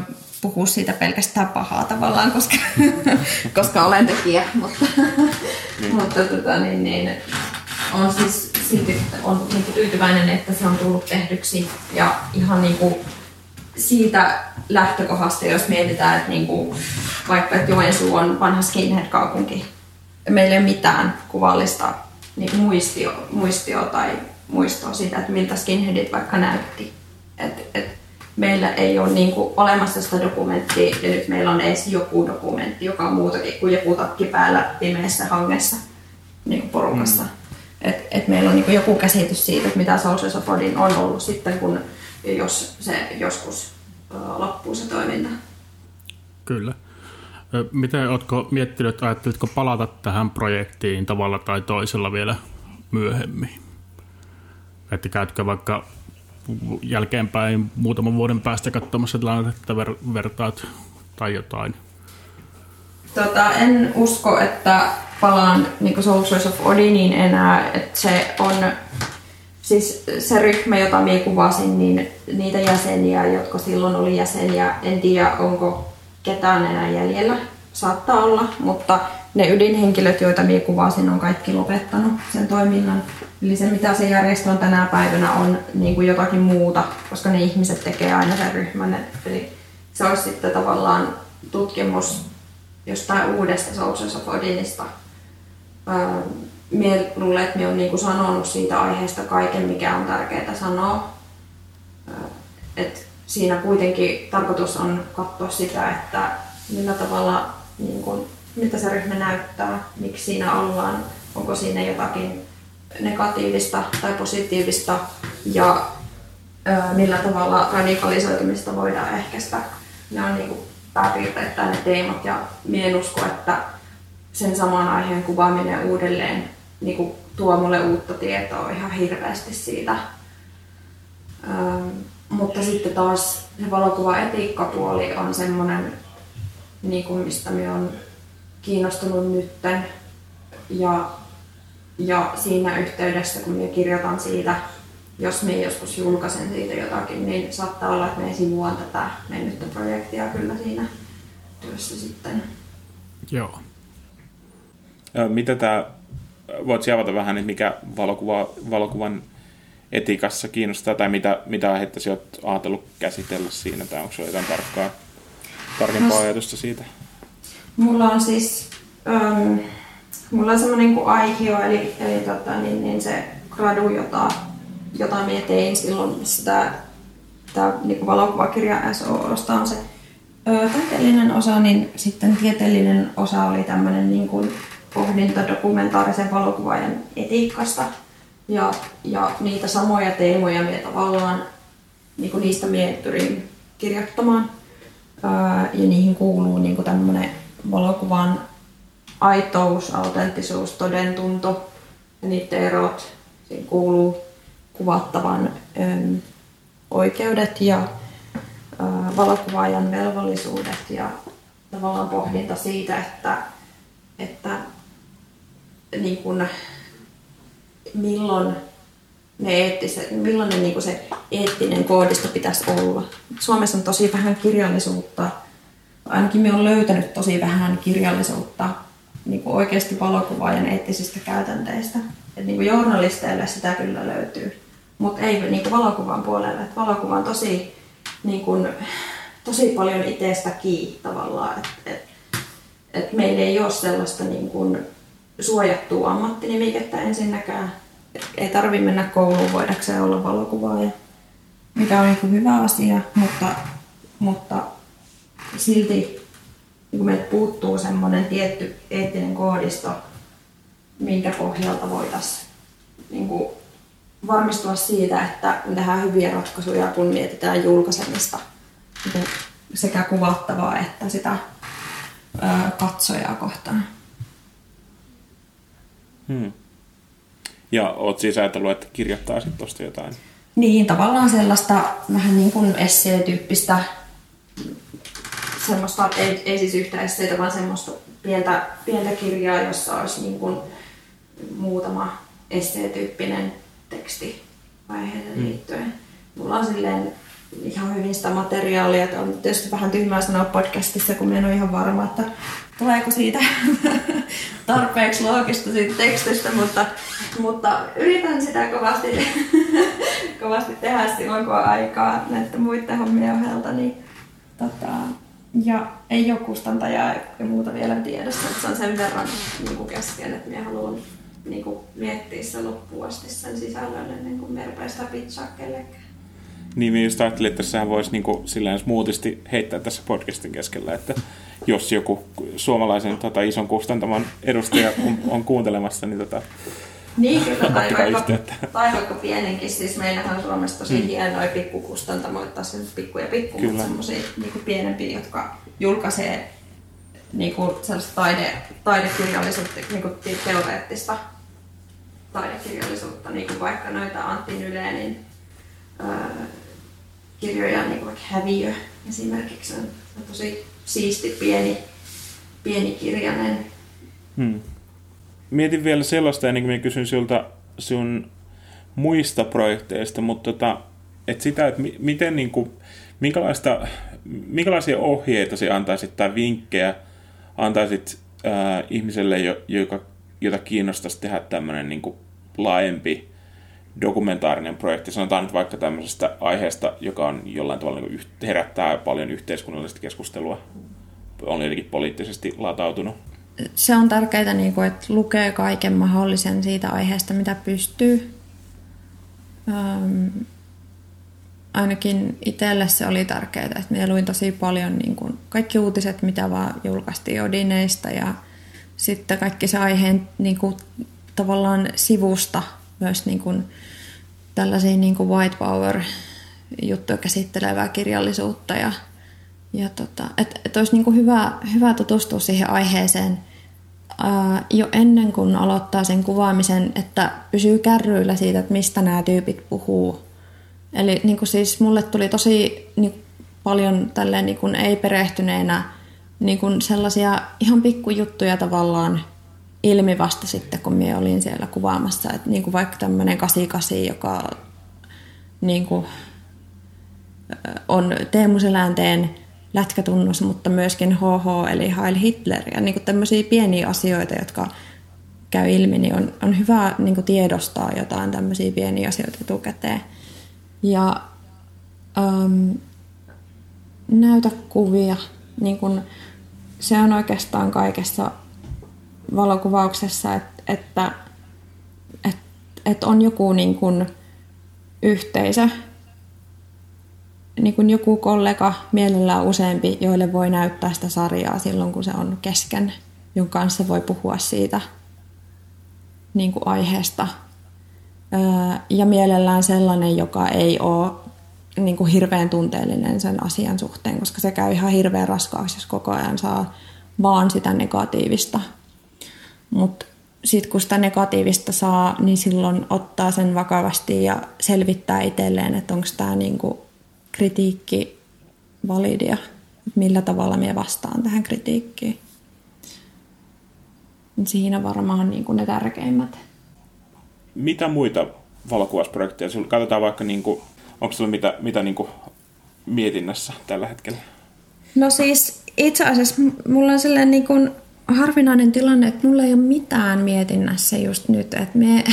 puhua siitä pelkästään pahaa tavallaan, koska, koska olen tekijä, mutta, mm. mutta tota, niin, niin, on siis silti on niin kuin tyytyväinen, että se on tullut tehdyksi ja ihan niin kuin siitä lähtökohdasta, jos mietitään, että niin kuin, vaikka että Joensuu on vanha skinhead-kaupunki, meillä ei ole mitään kuvallista niin kuin muistio, muistio tai muistoa siitä, että miltä skinheadit vaikka näytti. Et, et meillä ei ole niin kuin olemassa sitä dokumenttia ja nyt meillä on edes joku dokumentti, joka on muutakin kuin joku takki päällä pimeässä hangessa niin kuin porukassa. Mm. Et, et meillä on niin kuin joku käsitys siitä, että mitä Soldiers of Odin on ollut sitten, kun jos se joskus uh, loppuu se toiminta. Kyllä. Miten oletko miettinyt, että ajattelitko palata tähän projektiin tavalla tai toisella vielä myöhemmin? Että käytkö vaikka jälkeenpäin muutaman vuoden päästä katsomassa tilannetta, ver- vertaat tai jotain? Tota, en usko, että palaan niin kuin Soldiers of Odiniin enää. Että se on siis se ryhmä, jota minä kuvasin, niin niitä jäseniä, jotka silloin oli jäseniä, en tiedä onko ketään enää jäljellä. Saattaa olla, mutta ne ydinhenkilöt, joita minä kuvasin, on kaikki lopettanut sen toiminnan. Eli se, mitä se järjestö on tänä päivänä, on niin kuin jotakin muuta, koska ne ihmiset tekee aina sen ryhmän. Eli se olisi sitten tavallaan tutkimus jostain uudesta Soldiers of Odinista. Minä luulen, että minä olen niin kuin sanonut siitä aiheesta kaiken, mikä on tärkeää sanoa. Et siinä kuitenkin tarkoitus on katsoa sitä, että millä tavalla, niin kuin, miltä se ryhmä näyttää, miksi siinä ollaan, onko siinä jotakin negatiivista tai positiivista ja ää, millä tavalla radikalisoitumista voidaan ehkäistä. Ne on niin kuin pääpiirteittäin ne teemat ja minä en usko, että sen saman aiheen kuvaaminen uudelleen niin kuin tuo mulle uutta tietoa ihan hirveästi siitä. Ää, mutta sitten taas se valokuvaetiikkapuoli on semmoinen, niin kuin mistä minä olen kiinnostunut nytten. Ja, ja siinä yhteydessä, kun minä kirjoitan siitä, jos minä joskus julkaisen siitä jotakin, niin saattaa olla, että minä sivuan tätä mennyttä projektia kyllä siinä työssä sitten. Joo. Mitä tämä, voit avata vähän, että mikä valokuva, valokuvan etiikassa kiinnostaa, tai mitä, mitä aihetta sinä olet ajatellut käsitellä siinä, tai onko sinulla jotain tarkkaa, tarkempaa no, ajatusta siitä? Mulla on siis ähm, mulla on semmoinen niin kuin aihio, eli, eli tota, niin, niin se gradu, jota, jota minä tein silloin, missä tämä, tämä niin kuin valokuvakirja S O O:sta on se ö, taiteellinen osa, niin sitten tieteellinen osa oli tämmöinen niin kuin pohdinta dokumentaarisen valokuvaajan etiikasta. Ja, ja niitä samoja teemoja minä tavallaan, niin kuin niistä minä pyrin kirjoittamaan. Ää, ja niihin kuuluu niin kuin tämmöinen valokuvan aitous, autenttisuus, todentunto ja niiden erot. Siinä kuuluu kuvattavan äm, oikeudet ja ää, valokuvaajan velvollisuudet ja tavallaan pohdinta siitä, että, että niin kuin, milloin, ne eettiset, milloin ne, niin kuin se eettinen koodisto pitäisi olla. Suomessa on tosi vähän kirjallisuutta, ainakin minä olen löytänyt tosi vähän kirjallisuutta niin kuin oikeasti valokuvaajan eettisistä käytänteistä. Et niin kuin journalisteille sitä kyllä löytyy, mutta ei niin kuin valokuvan puolelle. Et valokuva on tosi, niin kuin, tosi paljon itsestä kiinni tavallaan. Et, et, et meillä ei ole sellaista niin kuin suojattua ammattinimikettä ensinnäkään. Ei tarvitse mennä kouluun voidakseen olla valokuvaaja, mikä on niin hyvä asia, mutta, mutta silti niin meiltä puuttuu semmoinen tietty eettinen koodisto, minkä pohjalta voitaisiin niin varmistua siitä, että me tehdään hyviä ratkaisuja, kun mietitään julkaisemista niin sekä kuvattavaa että sitä ää, katsojaa kohtaan. Hmm. Ja olet siis ajatellut, että kirjoittaa sitten tuosta jotain? Niin, tavallaan sellaista vähän niin kuin essee-tyyppistä, semmoista, ei, ei siis yhtä esseitä, vaan semmoista pientä, pientä kirjaa, jossa olisi niin kuin muutama essee-tyyppinen teksti aiheeseen liittyen. Hmm. Mulla on silleen ihan hyvin sitä materiaalia. Että on tietysti vähän tyhmää sanoa podcastissa, kun minä en ole ihan varma, että tuleeko siitä tarpeeksi loogista siitä tekstistä, mutta, mutta yritän sitä kovasti, kovasti tehdä silloin, kun on aikaa näiden muiden hommien ohjelta. Niin, tota, ja ei ole kustantajaa ja muuta vielä tiedossa, että se on sen verran niin kuin kesken, että minä haluan niin kuin miettiä sen loppuun asti sen sisällön ennen kuin minä rupean sitä pitchaa kellekään. Niin, minä just ajattelin, että tässähän voisi niin kuin silleen smoothisti heittää tässä podcastin keskellä, että jos joku suomalaisen tota, ison kustantamon edustaja on, on kuuntelemassa, niin tota, niin, kyllä, tai vaikka, tai vaikka pienenkin. Siis meillähän on Suomessa tosi mm. hienoja pikkukustantamoita, taas pikku ja pikku, kyllä. Mutta semmoisia niin pienempiä, jotka julkaisee niin kuin sellaista taide, taidekirjallisuutta, niin kuin teoreettista taidekirjallisuutta, niin kuin vaikka noita Antti Nylenin ää, kirjoja, niin kuin vaikka Häviö esimerkiksi, on, on tosi siisti pieni, pienikirjainen. Hmm. Mietin vielä sellaista, ennen kuin minä kysyn sinulta sun muista projekteista, mutta tota, et sitä, että miten, niin kuin, minkälaista, minkälaisia ohjeita sinä antaisit tai vinkkejä antaisit ää, ihmiselle, joka, jota kiinnostaisi tehdä tämmöinen niin kuin laajempi dokumentaarinen projekti, sanotaan nyt vaikka tämmöisestä aiheesta, joka on jollain tavalla niin kuin herättää paljon yhteiskunnallista keskustelua, on jotenkin poliittisesti latautunut. Se on tärkeää, että lukee kaiken mahdollisen siitä aiheesta, mitä pystyy. Ähm, ainakin itselle se oli tärkeää, että minä luin tosi paljon niin kuin kaikki uutiset, mitä vaan julkaistiin Odineista ja sitten kaikki se aiheen niin kuin, tavallaan sivusta myös niin kuin, tällaisia niin kuin white power-juttuja käsittelevää kirjallisuutta ja Ja tota, että et olisi niinku hyvä, hyvä tutustua siihen aiheeseen ää, jo ennen kuin aloittaa sen kuvaamisen, että pysyy kärryillä siitä, että mistä nämä tyypit puhuu. Eli niinku siis mulle tuli tosi niinku, paljon tälleen niinku, ei-perehtyneenä niinku, sellaisia ihan pikkujuttuja tavallaan ilmi vasta sitten, kun minä olin siellä kuvaamassa. Et, niinku, vaikka tämmöinen kahdeksankymmentäkahdeksan, joka niinku, on Teemu Selänteen lätkätunnus, mutta myöskin H H eli Heil Hitler ja niin kuin tämmöisiä pieniä asioita, jotka käy ilmi, niin on, on hyvä niin kuin tiedostaa jotain tämmöisiä pieniä asioita etukäteen. Ja ähm, näytä kuvia. Niin kuin, se on oikeastaan kaikessa valokuvauksessa, että, että, että, että on joku niin kuin yhteisö, niin kuin joku kollega, mielellään useampi, joille voi näyttää sitä sarjaa silloin, kun se on kesken, jonka kanssa voi puhua siitä niin kuin aiheesta. Ja mielellään sellainen, joka ei ole niin kuin hirveän tunteellinen sen asian suhteen, koska se käy ihan hirveän raskaaksi, jos koko ajan saa vaan sitä negatiivista. Mutta sitten kun sitä negatiivista saa, niin silloin ottaa sen vakavasti ja selvittää itselleen, että onko tämä niin kuin kritiikki validia, millä tavalla minä vastaan tähän kritiikkiin. Siinä varmaan niin kuin ne tärkeimmät. Mitä muita valokuvausprojekteja? Katsotaan vaikka, niin kuin, onko sinulla mitä, mitä niin kuin mietinnässä tällä hetkellä? No siis itse asiassa mulla on sellainen niin kuin harvinainen tilanne, että mulla ei ole mitään mietinnässä just nyt. Että me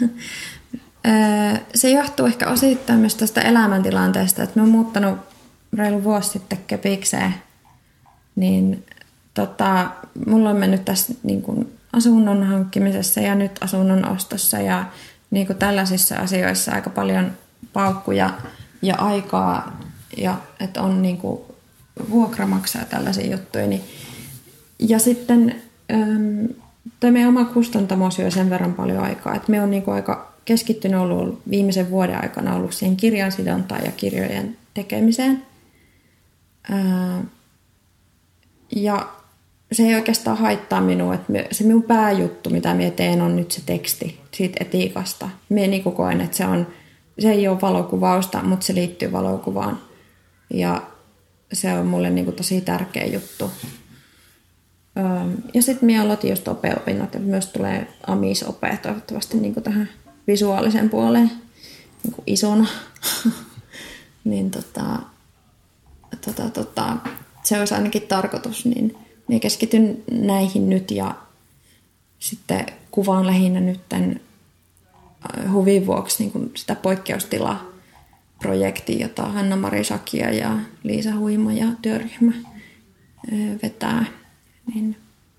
se johtuu ehkä osittain myös tästä elämäntilanteesta, että mä oon muuttanut reilu vuosi sitten Kepikseen, niin tota, mulla on mennyt tässä niin kuin asunnon hankkimisessa ja nyt asunnon ostossa ja niin kuin tällaisissa asioissa aika paljon paukkuja ja aikaa, ja että on niin kuin vuokra maksaa tällaisia juttuja. Niin. Ja sitten tämä meidän oma kustantamo syö sen verran paljon aikaa, että me on niin kuin aika keskittynyt ollut viimeisen vuoden aikana ollut siihen kirjansidontaan ja kirjojen tekemiseen. Ää, ja se ei oikeastaan haittaa minua, että me, se minun pääjuttu, mitä minä teen, on nyt se teksti siitä etiikasta. Minä niin koen, että se, on, se ei ole valokuvausta, mutta se liittyy valokuvaan. Ja se on mulle niin kuin tosi tärkeä juttu. Ää, ja sitten minä aloitin just ope-opinnot, että myös tulee amisope toivottavasti niin kuin tähän visuaalisen puoleen niin kuin isona. niin tota, tota, tota, se olisi ainakin tarkoitus, niin minä keskityn näihin nyt ja sitten kuvaan lähinnä nyt tämän huvin vuoksi niin kuin sitä poikkeustila-projektia, jota Hanna-Mari Sakia ja Liisa Huima ja työryhmä vetää. Niin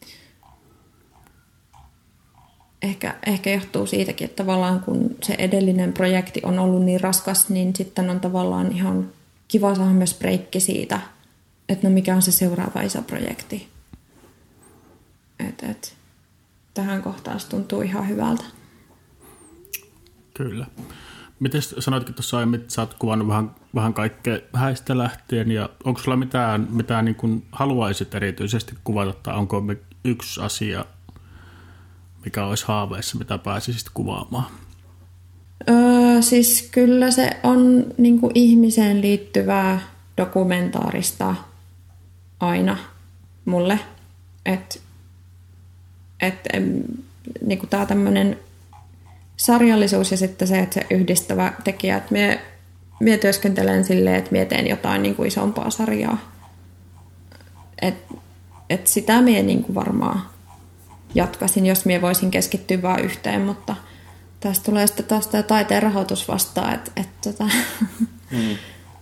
ehkä, ehkä johtuu siitäkin, että tavallaan kun se edellinen projekti on ollut niin raskas, niin sitten on tavallaan ihan kiva saada myös breikki siitä, että no mikä on se seuraava iso projekti. Et, et, tähän kohtaan se tuntuu ihan hyvältä. Kyllä. Miten sanoitkin tuossa aiemmin, että sä oot kuvannut vähän, vähän kaikkea häistä lähtien, ja onko sulla mitään, mitään niin kuin haluaisit erityisesti kuvata, tai onko yksi asia, mikä olisi haaveissa, mitä pääsisit kuvaamaan? Öö, siis kyllä se on niin kuin ihmiseen liittyvää dokumentaarista aina mulle. Että et, niin kuin tää tämmönen sarjallisuus ja sitten se, että se yhdistävä tekijä, että mie, mie työskentelen silleen, että mie teen jotain niin kuin isompaa sarjaa. Että et sitä mie niin kuin varmaan jatkaisin, jos mie voisin keskittyä vain yhteen, mutta tästä tulee sitten taas tämä taiteen rahoitus vastaan, että et, tota, mm.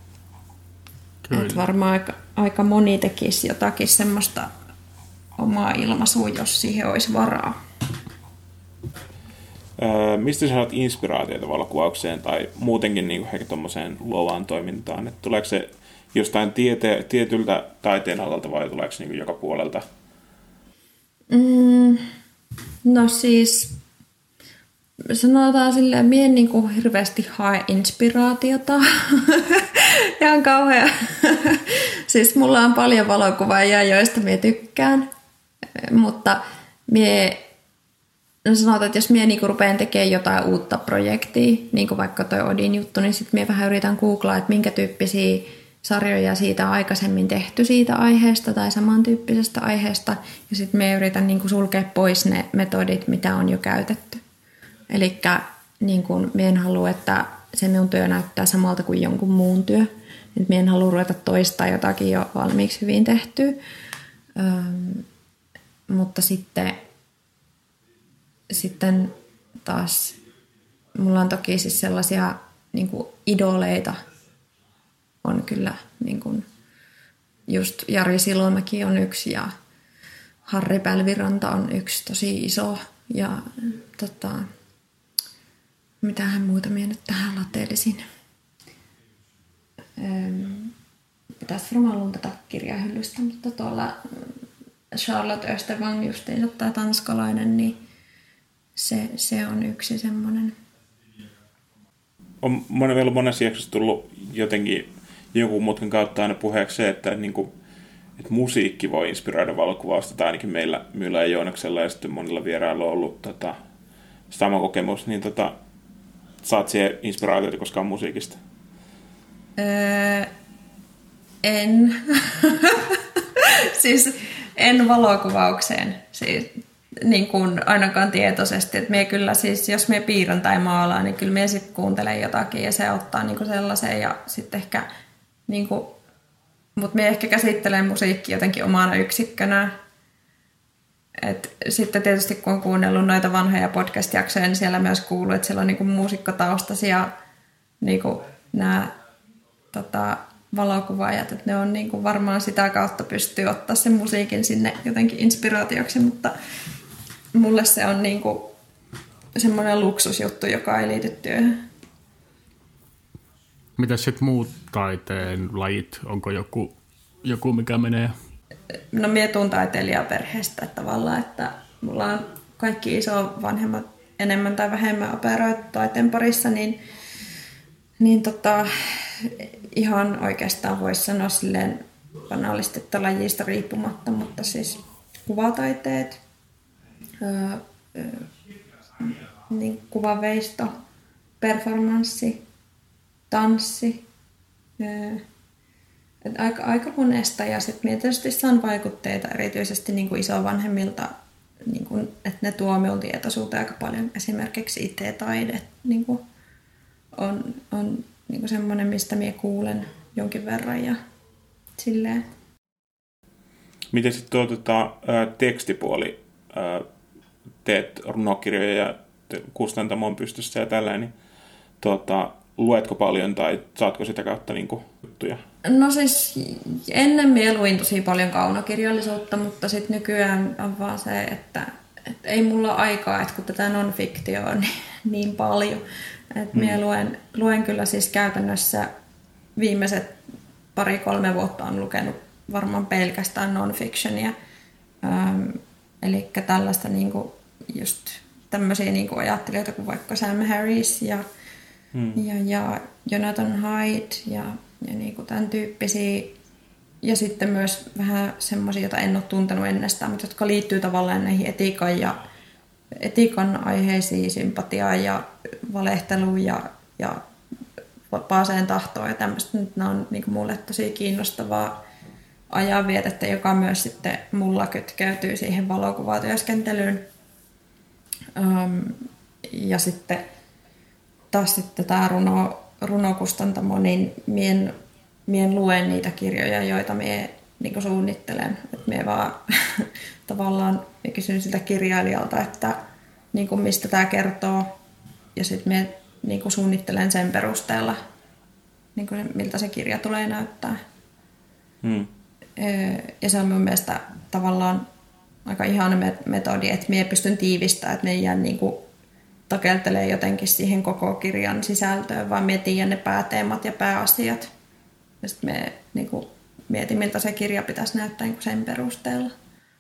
et varmaan aika, aika moni tekisi jotakin semmoista omaa ilmaisua, jos siihen olisi varaa. Öö, mistä sä saat inspiraatiota valokuvaukseen tai muutenkin niin kuin ehkä tuommoiseen luovaan toimintaan? Et tuleeko se jostain tiete, tietyltä taiteen alalta vai tuleeko se niin kuin joka puolelta? Mm, no siis sanotaan silleen, että minä en niin kuin hirveästi hae inspiraatiota. Ihan kauhea. Siis mulla on paljon valokuvaajia, joista minä tykkään, mutta minä no sanotaan, että jos minä niinku rupean tekemään jotain uutta projektia, niin kuin vaikka toi Odin juttu, niin sitten minä vähän yritän googlaa, että minkä tyyppisiä sarjoja siitä on aikaisemmin tehty siitä aiheesta tai samantyyppisestä aiheesta. Ja sitten minä yritän niinku sulkea pois ne metodit, mitä on jo käytetty. Eli niinku, minä en halua, että se minun työ näyttää samalta kuin jonkun muun työ. Et minä en halua ruveta toistaa jotakin jo valmiiksi hyvin tehtyä. Öm, mutta sitten... Sitten taas mulla on toki siis sellaisia niin kuin idoleita on kyllä niin kuin just Jari Silomäki on yksi ja Harri Pälviranta on yksi tosi iso ja tota, mitähän muuta minä nyt tähän lateelisin. Pitäisi varmaan luntata kirjahyllystä, mutta tuolla Charlotte Östervang justiinsa tai tanskalainen, niin Se, se on yksi semmoinen. On meillä monessa jaksossa tullut jotenkin jonkun mutkan kautta aina puheeksi se, että, niin kuin, että musiikki voi inspiroida valokuvausta, tai ainakin meillä Myylä ja Joonaksella ja sitten monilla vierailla on ollut tota, sama kokemus, niin tota, saat siihen inspiraatiota koskaan musiikista? Öö, en. Siis en valokuvaukseen. Siis niin kuin ainakaan tietoisesti, että mie kyllä siis, jos mie piirrän tai maalaan, niin kyllä mie sitten kuuntelen jotakin ja se ottaa niin kuin sellaisen ja sitten ehkä, niin kuin, mutta mie ehkä käsittelen musiikkia jotenkin omana yksikkönä. Et sitten tietysti kun on kuunnellut noita vanhoja podcast-jaksoja, niin siellä myös kuuluu, että siellä on niin kuin muusikkotaustaisia niin kuin nämä tota, valokuvaajat, että ne on niin kuin varmaan sitä kautta pystyy ottaa sen musiikin sinne jotenkin inspiraatioksi, mutta mulle se on niin kuin semmoinen luksusjuttu, joka ei liity työhön. Mitäs sitten muut taiteen lajit? Onko joku, joku mikä menee? No mie tuun taiteilijaperheestä että tavallaan, että mulla on kaikki isovanhemmat enemmän tai vähemmän operoitu taiteen parissa, niin, niin tota, ihan oikeastaan voisi sanoa silleen banaalisti, että lajista riippumatta, mutta siis kuvataiteet, öö, öö, niin kuvaveisto, performanssi, tanssi, öö, et aika, aika monesta ja sitten minä tietysti saan vaikutteita erityisesti niin kuin isovanhemmilta, niin kuin, että ne tuo minun tietoisuuteen aika paljon. Esimerkiksi I T-taide niin kuin on, on niin semmoinen, mistä minä kuulen jonkin verran ja silleen. Miten sitten tuo tota, tekstipuoli? Ää, teet runokirjoja ja kustantamon pystyssä ja tällainen, niin tuota, luetko paljon tai saatko sitä kautta niin kuin, juttuja? No siis ennen minä luin tosi paljon kaunokirjallisuutta, mutta sitten nykyään on vaan se, että, että ei mulla aikaa, että kun tätä non-fiktioa on niin, niin paljon. Että hmm. minä luen, luen kyllä siis käytännössä viimeiset pari-kolme vuotta on lukenut varmaan pelkästään non-fictionia. Ähm, eli tällaista niinku just tämmöisiä niinku ajattelijoita kuin vaikka Sam Harris ja, hmm. ja, ja Jonathan Haidt ja, ja niinku tämän tyyppisiä. Ja sitten myös vähän semmoisia, joita en ole tuntenut ennestään, mutta jotka liittyy tavallaan näihin etiikan ja etiikan aiheisiin, sympatiaan ja valehteluun ja, ja vapaaseen tahtoon ja tämmöistä. Nyt nämä on niinku mulle tosi kiinnostavaa ajanvietettä, joka myös sitten mulla kytkeytyy siihen valokuvatyöskentelyyn. Um, ja sitten taas sitten tämä runo, runokustantamo, niin mien, mien luen niitä kirjoja, joita mie niin suunnittelen. Että mie vaan tavallaan kysyn siltä kirjailijalta, että niin kuin mistä tämä kertoo. Ja sitten mie niin suunnittelen sen perusteella, niin kuin miltä se kirja tulee näyttää. Hmm. Ja se on mun mielestä tavallaan aika ihana metodi, että minä pystyn tiivistämään, että ne ei jää niin kuin takeltelee jotenkin siihen koko kirjan sisältöön, vaan minä tiedän ne pääteemat ja pääasiat. Ja sitten me niin kuin mietin, miltä se kirja pitäisi näyttää niin kuin sen perusteella.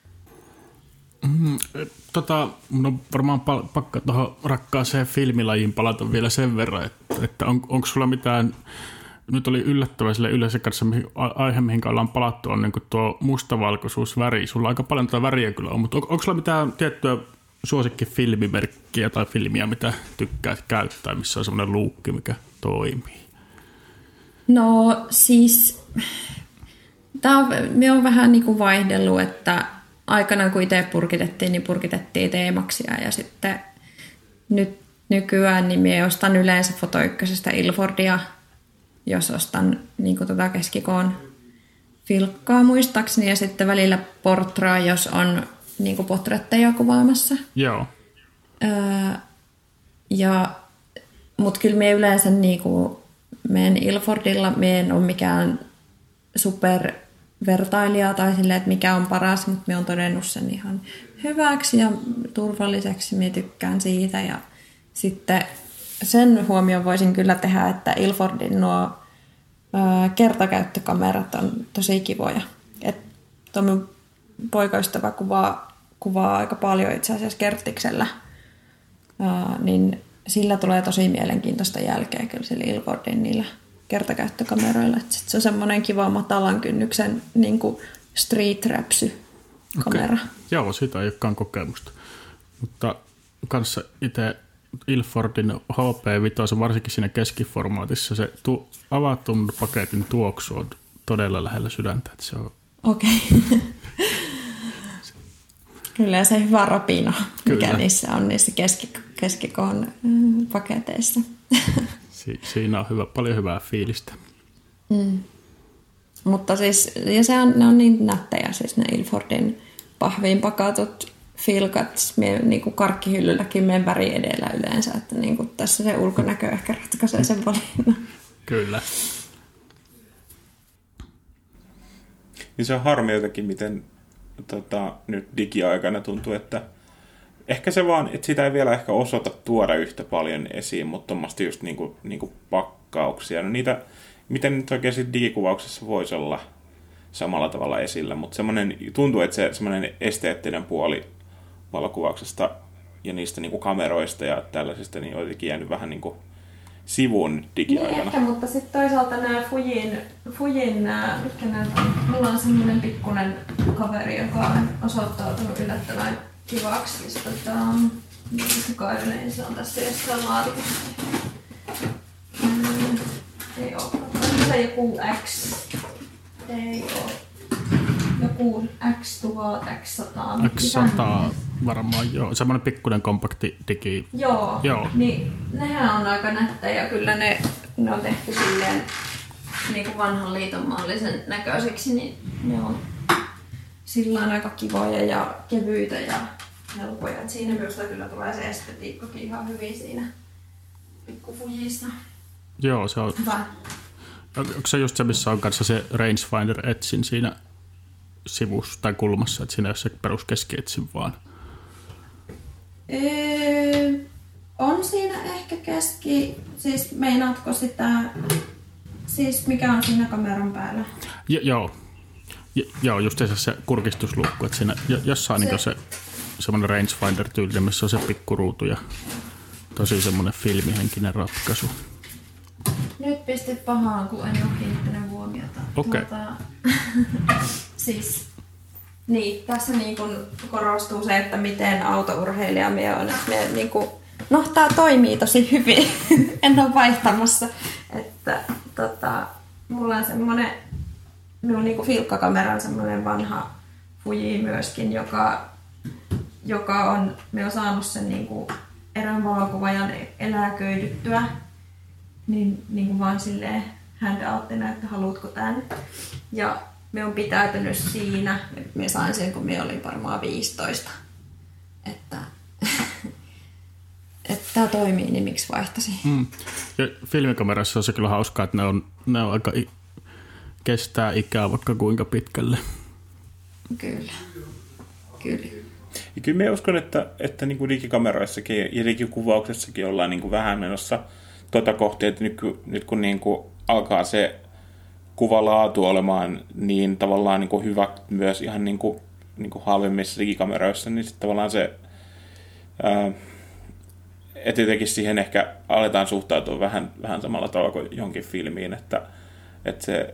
Mm, tota, mun on varmaan pakko tuohon rakkaaseen filmilajiin palata vielä sen verran, että, että on, onko sulla mitään. Nyt oli yllättävää sille yleensä kanssa, aihe, mihin ollaan palattu, on niin kuin tuo mustavalkoisuus, väri. Sulla aika paljon tätä väriä kyllä on, mutta on, onko sulla mitään tiettyä suosikkifilmimerkkiä tai filmiä, mitä tykkäät käyttää, missä on semmoinen luukki, mikä toimii? No siis, tämä on, me on vähän niin kuin vaihdellut, että aikanaan kun itse purkitettiin, niin purkitettiin teemaksia ja sitten nyt nykyään niin minä ostan yleensä Foto Ykkösestä Ilfordia, jos ostan niin kuin tuota keskikoon filkkaa muistaakseni, ja sitten välillä Portraa, jos on niin kuin portretteja kuvaamassa. Joo. Öö, ja, mutta kyllä minä yleensä niin kuin menen Ilfordilla, minä en ole mikään supervertailija tai silleen, että mikä on paras, mutta minä olen todennut sen ihan hyväksi ja turvalliseksi, minä tykkään siitä, ja sitten sen huomioon voisin kyllä tehdä, että Ilfordin nuo ää, kertakäyttökamerat on tosi kivoja. Tuo mun poikaystävä kuvaa, kuvaa aika paljon itse asiassa Kerttiksellä, ää, niin sillä tulee tosi mielenkiintoista jälkeä kyllä sillä Ilfordin niillä kertakäyttökameroilla. Et sit se on semmoinen kiva matalan kynnyksen niin kuin street-räpsy-kamera. Okay. Joo, siitä ei olekaan kokemusta. Mutta kanssa itse Ilfordin H P viisi, varsinkin siinä keskiformaatissa, se tu- avatun paketin tuoksu on todella lähellä sydäntä. Että se on... Okei. Okay. Kyllä se hyvä rapina, mikä Kyllä. niissä on niissä keski- keskikoon mm, paketeissa. Si- siinä on hyvä, paljon hyvää fiilistä. Mm. Mutta siis, ja se on, ne on niin nättejä, siis ne Ilfordin pahviin pakatut filkat, mie, niin kuin karkkihyllylläkin menen väri edellä yleensä, että niin kuin tässä se ulkonäkö ehkä ratkaisee sen valinnan. Kyllä. Niin se on harmi jotenkin, miten tota, nyt digiaikana tuntuu, että ehkä se vaan, että sitä ei vielä ehkä osata tuoda yhtä paljon esiin, mutta tuommoista just niinku, niinku pakkauksia. No niitä, miten nyt oikein digikuvauksessa voisi olla samalla tavalla esillä, mutta semmoinen, tuntuu, että se semmoinen esteettinen puoli valokuvauksesta ja niistä niinku kameroista ja tällaisista niin on jotenkin jäänyt vähän niinku sivuun digiaikana. Niin ehkä, mutta sitten toisaalta nämä Fujin, Fujin nämä, mitkä näitä on, mulla on semmoinen pikkunen kaveri, joka on osoittautunut yllättävän kivaksi. Tota, kaivelen, se on tässä jossain laatikossa. Mm, ei oo. Se on joku X. Ei oo. Joku X tuhat, X sata. X sata varmaan, joo. Semmoinen pikkuinen kompakti digi. Joo, joo. Niin nehän on aika nättejä. Kyllä ne ne on tehty silleen niin kuin vanhan liiton mallisen näköiseksi, niin ne on sillain aika kivoja ja kevyitä ja helpoja. Et siinä minusta kyllä tulee se estetiikkakin ihan hyvin siinä pikkufujissa. Joo, se on. Hyvä. Onko se just se, missä on kanssa se rangefinder etsin siinä sivussa tai kulmassa, että siinä ei ole se peruskeskietsin vaan? Öö, on siinä ehkä keski, siis meinaatko sitä, siis mikä on siinä kameran päällä? Jo, joo, jo, joo, just se kurkistuslukku, että siinä jossain se, niin se semmoinen rangefinder-tyyli, missä on se pikkuruutu ja tosi semmoinen filmihenkinen ratkaisu. Nyt pistit pahaan, kun en ole kiinnittänyt huomiota. Okei. Okay. Tuota, siis, niin, tässä niin kun korostuu se, että miten autourheilija minä olen. Minä, niin kun, no, tämä toimii tosi hyvin. En ole vaihtamassa. Että, tota, mulla on semmoinen, minun niin filkkakameran semmoinen vanha Fuji myöskin, joka, joka on, minä olen saanut sen niin kuin erään valokuvaajan eläköidyttyä. Niin, niin kuin vaan silleen handouttina, että haluatko tämän. Ja me on pitäytynyt siinä, me sain sen kun me olin varmaan viisitoista. Että, että tämä toimii, niin miksi vaihtaisin. Mm. Ja filmikamerassa on se kyllä hauskaa, että ne on, ne on aika i- kestää ikää vaikka kuinka pitkälle. Kyllä. Kyllä. Ja kyllä minä uskon, että, että niin kuin digikameroissakin ja digikuvauksessakin ollaan niin kuin vähän menossa tuota kohti, että nyt, nyt kun niin kuin alkaa se kuvalaatu olemaan niin tavallaan niin kuin hyvä myös ihan niin kuin, niin kuin halvemmissa digikameroissa, niin sitten tavallaan se, ää, että jotenkin siihen ehkä aletaan suhtautua vähän, vähän samalla tavalla kuin jonkin filmiin, että, että se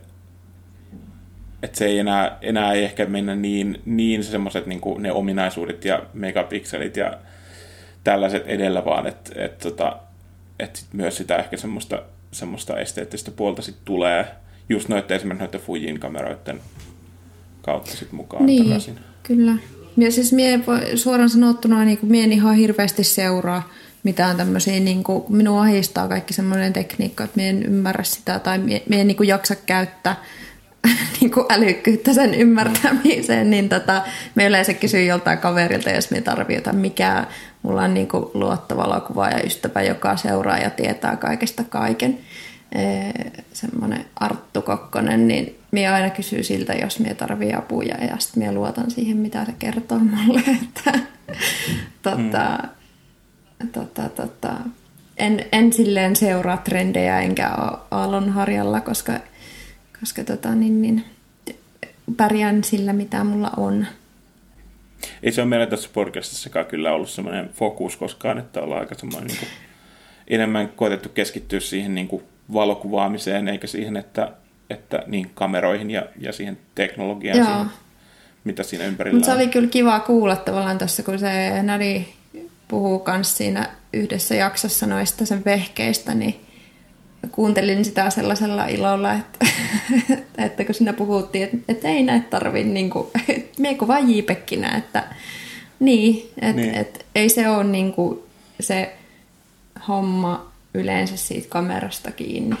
että se ei enää, enää ei ehkä mennä niin, niin semmoiset niin kuin ne ominaisuudet ja megapikselit ja tällaiset edellä, vaan että et, tota, et myös sitä ehkä semmoista, semmoista esteettistä puolta sit tulee just noiden esimerkiksi noiden Fujin kameroiden kautta sit mukaan niin, takaisin. Kyllä. Ja siis mie suoraan sanottuna niin mie en ihan hirveästi seuraa mitään tämmöisiä, niin kuin, minua ahistaa kaikki semmoinen tekniikka, että mie en ymmärrä sitä tai mie, mie en niin kuin jaksa käyttää niin kuin älykkyyttä sen ymmärtämiseen, niin tota, me yleensä kysyy joltain kaverilta, jos me tarvii jotain, mikä mulla on niin kuin luottavalokuvaa ja ystävä, joka seuraa ja tietää kaikesta kaiken. Ee, semmoinen Arttu Kokkonen, niin minä aina kysyy siltä, jos minä tarvii apuja ja sitten minä luotan siihen, mitä se kertoo mulle. Että, tota, mm. tota, tota, en, en silleen seuraa trendejä enkä ole aallonharjalla, koska koska tota, niin, niin, pärjään sillä, mitä mulla on. Ei se ole meillä tässä podcastissakaan kyllä ollut semmoinen fokus koskaan, että ollaan aika semmoinen niin kuin, enemmän koetettu keskittyä siihen niin kuin valokuvaamiseen, eikä siihen, että, että niin kameroihin ja, ja siihen teknologiaan, siihen, mitä siinä ympärillä Mut se on. oli kyllä kiva kuulla tavallaan tuossa, kun se Nadi puhuu kanssa siinä yhdessä jaksossa noista sen vehkeistä, niin kuuntelin sitä sellaisella ilolla, että, että kun siinä puhuttiin, että, että ei näitä tarvitse, niin kuin, mieko vaan jiipekkinä, että niin, että, niin. Että ei se ole niin kuin se homma yleensä siitä kamerasta kiinni.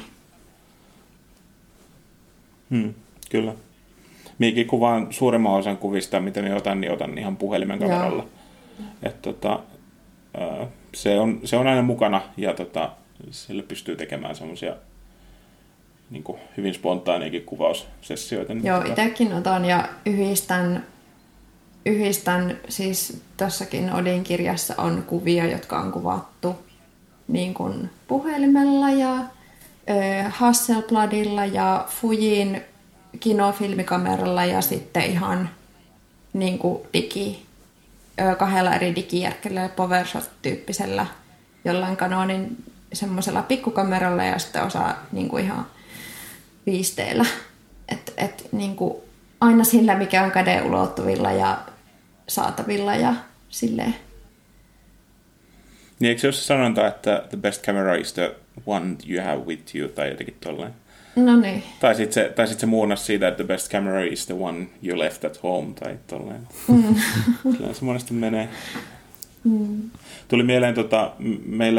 Hmm, kyllä. Minäkin kuvaan suurimman osan kuvista, mitä minä otan, niin otan ihan puhelimen kameralla. Että, tota, se, on, se on aina mukana ja tota, sillä pystyy tekemään semmoisia niin kuin hyvin spontaaniakin kuvaussessioita. Joo, itsekin otan ja yhdistän, yhdistän siis tossakin Odin kirjassa on kuvia, jotka on kuvattu niin kuin puhelimella ja äh, Hasselbladilla ja Fujin kinofilmikameralla ja sitten ihan niin kuin digi, äh, kahdella eri digijärkellä PowerShot-tyyppisellä jollain Canonin semmoisella pikkukameralla ja sitten osa niin kuin ihan viisteellä. Et, et, niin kuin aina sillä, mikä on käden ulottuvilla ja saatavilla ja silleen. Niin eikö se ole se sanonta, että the best camera is the one you have with you tai jotenkin tollainen? No niin. Tai sitten se, tai sit se muunnas siitä, että the best camera is the one you left at home tai tollainen. Mm. Se monesti menee. Mm. Tuli mieleen, tota, meillä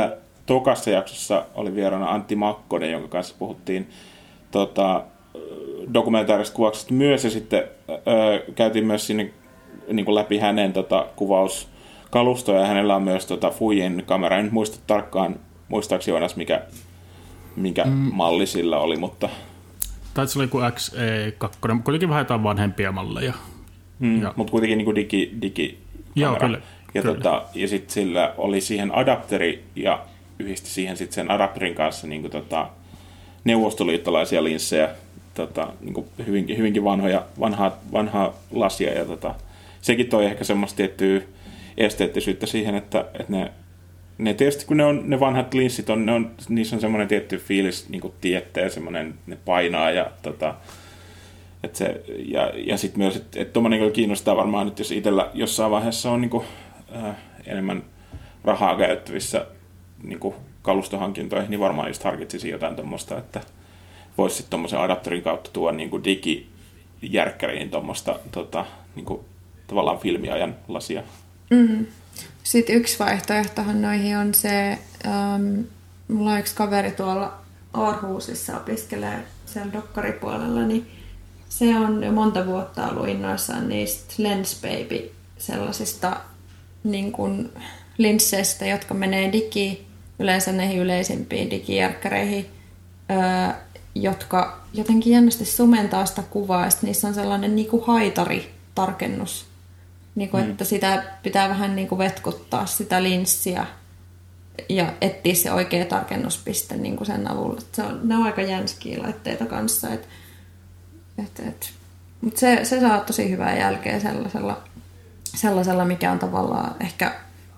tokassa jaksossa oli vieraana Antti Makkonen, jonka kanssa puhuttiin tota, dokumentaarista kuvauksesta myös, ja sitten öö, käytiin myös sinne niin kuin läpi hänen tota, kuvauskalustoa, ja hänellä on myös tota, Fujiin kamera. En nyt muista tarkkaan, muistaakseni Joonas, mikä, mikä mm. malli sillä oli, mutta... Tai se oli joku X E kaksi, kuitenkin vähän jotain vanhempia malleja. Mm, mutta kuitenkin niin kuin digi, digi Joo, kyllä. Ja, tota, ja sitten sillä oli siihen adapteri, ja yhdisti siihen sitten sen adapterin kanssa niin kuin, tota, neuvostoliittolaisia linssejä, tota, niin kuin hyvinkin, hyvinkin vanhoja, vanhaa, vanhaa lasia, ja tota, sekin toi ehkä semmoista tiettyä esteettisyyttä siihen, että, että ne, ne tietysti kun ne, on, ne vanhat linssit, on, ne on, niissä on semmoinen tietty fiilis niin kuin tiettä, ja semmoinen, ne painaa, ja tota, et se, ja, ja sitten myös, että et tuommoinen kiinnostaa varmaan nyt, jos itsellä jossain vaiheessa on niin kuin, äh, enemmän rahaa käyttävissä niin kuin kalustohankintoihin, niin varmaan just harkitsisin jotain tuommoista, että voisi sitten tuommoisen adapterin kautta tuoda niin kuin digijärkkäriin tuommoista tota, niin kuin, tavallaan filmiajan lasia. Mm. Sitten yksi vaihtoehtohan noihin on se, um, mulla on yksi kaveri tuolla Aarhusissa opiskelee siellä dokkaripuolella, niin se on jo monta vuotta ollut innoissaan niistä Lensbaby sellaisista niin kuin linsseistä, jotka menee digi, yleensä näihin yleisimpiin digijärkkäreihin, öö, jotka jotenkin jännästi sumentaa sitä kuvaa, ja niissä on sellainen niin kuin haitaritarkennus, niin kuin, mm. että sitä pitää vähän niin kuin vetkuttaa sitä linssiä ja etsiä se oikea tarkennuspiste niin kuin sen avulla. Se on, ne on aika jänskiä laitteita kanssa, et, et, et. Mutta se, se saa tosi hyvää jälkeä sellaisella, sellaisella mikä on tavallaan ehkä,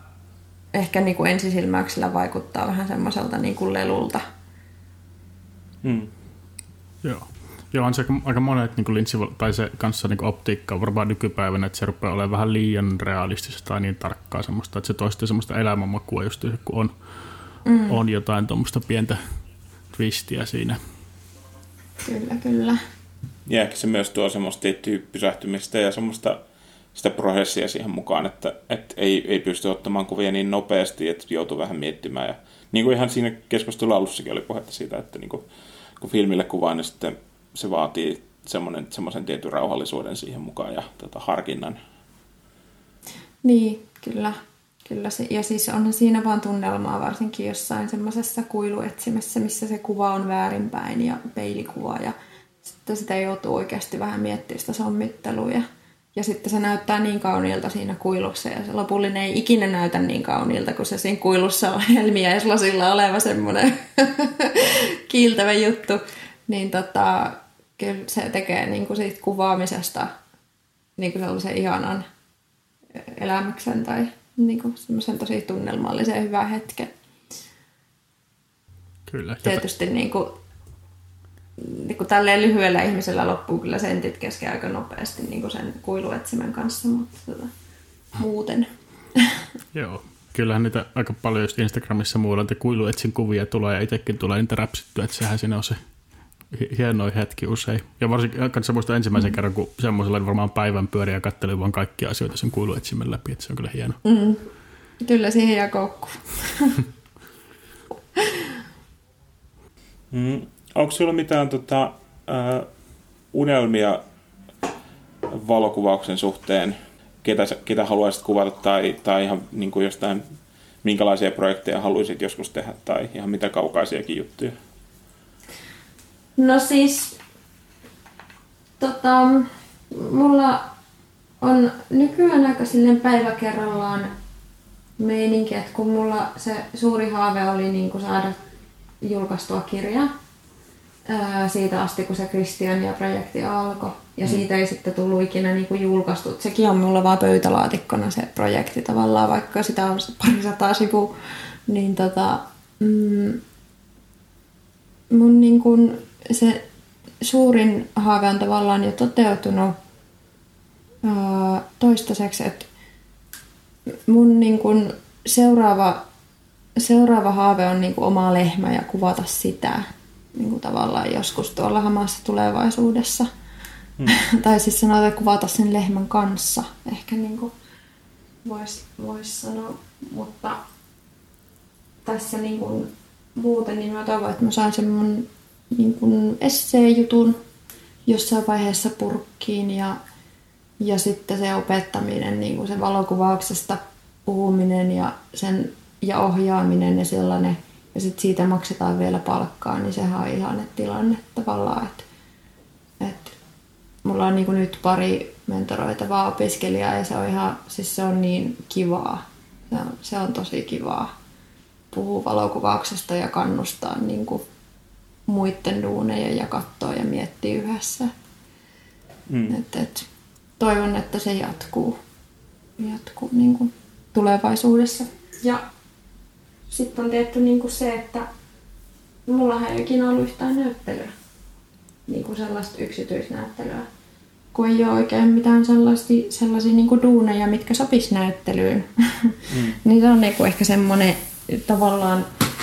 ehkä niin kuin ensisilmäyksellä vaikuttaa vähän semmoiselta niin kuin lelulta. Mm. Joo. Joo, on se aika monet niin linssi, tai se kanssa niin optiikka on varmaan nykypäivänä, että se rupeaa olemaan vähän liian realistista tai niin tarkkaa semmoista, että se toistuu semmoista elämänmakua just, kun on, mm. on jotain tuommoista pientä twistiä siinä. Kyllä, kyllä. Ja ehkä se myös tuo semmoista tiettyä pysähtymistä ja semmoista sitä prosessia siihen mukaan, että, että ei, ei pysty ottamaan kuvia niin nopeasti, että joutuu vähän miettimään. Ja niin kuin ihan siinä keskustelun alussakin oli puhetta siitä, että niin kuin, kun filmille kuvaa, niin sitten se vaatii semmoisen tietyn rauhallisuuden siihen mukaan ja tota, harkinnan. Niin, kyllä. kyllä se, ja siis onhan siinä vaan tunnelmaa varsinkin jossain semmoisessa kuiluetsimessä, missä se kuva on väärinpäin ja peilikuva. Ja sitten sitä joutuu oikeasti vähän miettimään sitä sommittelua. Ja, ja sitten se näyttää niin kauniilta siinä kuilussa. Ja se lopullinen ei ikinä näytä niin kauniilta, kun se siinä kuilussa on helmiäislasilla oleva semmoinen kiiltävä juttu. Niin tota... Kyllä se tekee niin kuin siitä kuvaamisesta niin kuin sellaisen ihanan elämyksen tai niin kuin semmoisen tosi tunnelmallisen hyvän hetken. Kyllä. Tietysti niin kuin, niin kuin tälleen lyhyellä ihmisellä loppuu kyllä sentit kesken aika nopeasti niin kuin sen kuiluetsimen kanssa, mutta tota, muuten. Joo. Kyllähän niitä aika paljon just Instagramissa muualla kuiluetsin kuvia tulee ja itsekin tulee niitä räpsittyä, että sehän siinä on se hienoin hetki usein. Ja varsinkin kanssa muistan ensimmäisen mm. kerran, kun semmoisella varmaan päivän pyöriä ja katselin vaan kaikkia asioita sen kuiluetsimen läpi, että se on kyllä hieno. Mm. Kyllä siihen jää koukku. mm. Onko sinulla mitään tota, äh, unelmia valokuvauksen suhteen, ketä, ketä haluaisit kuvata tai, tai ihan niin kuin jostain, minkälaisia projekteja haluaisit joskus tehdä tai ihan mitä kaukaisiakin juttuja? No siis, tota, mulla on nykyään aika silleen päivä kerrallaan meininki, että kun mulla se suuri haave oli niin kuin saada julkaistua kirja ää, siitä asti, kun se Kristiania-projekti alkoi. Ja mm. siitä ei sitten tullut ikinä niin kuin julkaistu. Sekin on mulla vaan pöytälaatikkona se projekti tavallaan, vaikka sitä on parisataa sivua. Niin tota, mm, mun niin kuin se suurin haave on tavallaan jo toteutunut ää, toistaiseksi, että mun niin kuin seuraava, seuraava haave on niin kuin oma lehmä ja kuvata sitä niin kuin tavallaan joskus tuolla hamassa tulevaisuudessa. Hmm. Tai siis sanotaan, että kuvata sen lehmän kanssa, ehkä niin kuin voisi vois sanoa, mutta tässä niin kuin muuten, niin mä toivon, että mä saan semmoinen niin kuin esseejutun jossain vaiheessa purkkiin ja, ja sitten se opettaminen, niin kuin se valokuvauksesta puhuminen ja, sen, ja ohjaaminen ja sellainen, ja sitten siitä maksetaan vielä palkkaa, niin sehän on ihanne tilanne tavallaan, että, että mulla on niin kuin nyt pari mentoroitavaa opiskelijaa ja se on ihan, siis se on niin kivaa, se on, se on tosi kivaa puhua valokuvauksesta ja kannustaa niin kuin muiden duuneja ja katsoa ja miettiä yhdessä. Mm. Et, et, toivon, että se jatkuu, jatkuu niin kuin tulevaisuudessa. Ja sitten on tietty niin kuin se, että mullahan ei ikinä ollut yhtään näyttelyä, niin kuin sellaista yksityisnäyttelyä, kun ei ole oikein mitään sellaisia, sellaisia niin kuin duuneja, mitkä sopisi näyttelyyn. Mm. Niin se on niin kuin ehkä semmoinen tavallaan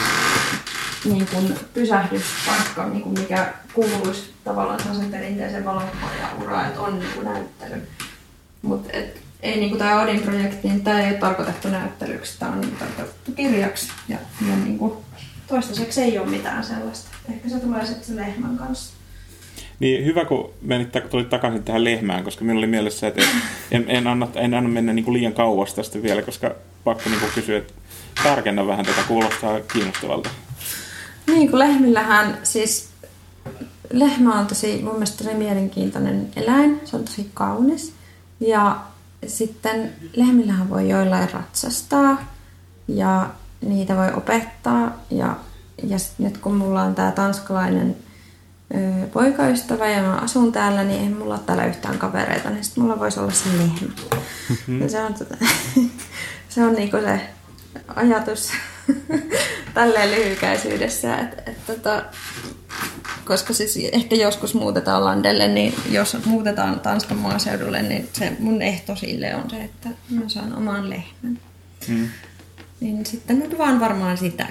niin kuin pysähdyspaikka, niin kuin mikä kuuluisi tavallaan sellaisen perinteisen valokuvaajauraan, että on niin kuin näyttely. Mutta ei niin kuin tämä Odin projekti, niin tämä ei ole tarkoitettu näyttelyksi, tämä on niin kuin tarkoitettu kirjaksi. Ja, ja niin kuin toistaiseksi ei ole mitään sellaista. Ehkä se tulee sitten se lehmän kanssa. Niin hyvä, kun menit, tulit takaisin tähän lehmään, koska minulla oli mielessä, että en, en, anna, en anna mennä niin kuin liian kauas tästä vielä, koska pakko niin kuin kysyä, että tarkenna vähän tätä, kuulostaa kiinnostavalta. Niin kuin lehmillähän, siis lehmä on tosi, mun mielestä tosi mielenkiintoinen eläin, se on tosi kaunis. Ja sitten lehmillähän voi joillain ratsastaa ja niitä voi opettaa. Ja, ja nyt kun mulla on tää tanskalainen ö, poikaystävä ja mä asun täällä, niin ei mulla ole täällä yhtään kavereita, niin sitten mulla voisi olla se lehmä. Mm-hmm. Se on, tota, se on niinku se ajatus tälleen lyhykäisyydessä, että et, tota, koska siis ehkä joskus muutetaan landelle, niin jos muutetaan Tanskan maaseudulle, niin se mun ehto sille on se, että mä saan oman lehmän. Mm. Niin sitten nyt vaan varmaan sitä.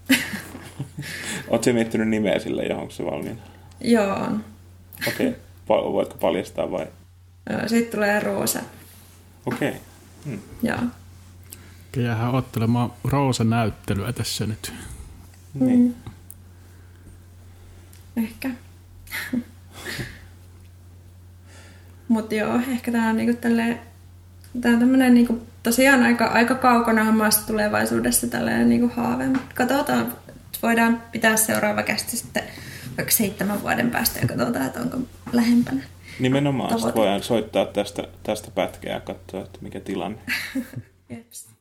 Ootko miettinyt nimeä sille, johonko se valmiina? Joo on. Okei, okay. Voitko paljastaa vai? Sitten tulee Roosa. Okei. Okay. Hmm. Joo. Jäähän ottelemaan Roosa-näyttelyä tässä nyt. Niin. Mm. Ehkä. Mutta joo, ehkä tää on niinku tälleen, tää on tämmönen niinku tosiaan aika, aika kaukana omasta tulevaisuudessa tällainen niinku haave. Katsotaan, voidaan pitää seuraava kästi sitten vaikka seitsemän vuoden päästä ja katsotaan, että onko lähempänä. Nimenomaan, sitten voidaan soittaa tästä, tästä pätkää ja katsoa, että mikä tilanne. Jeps.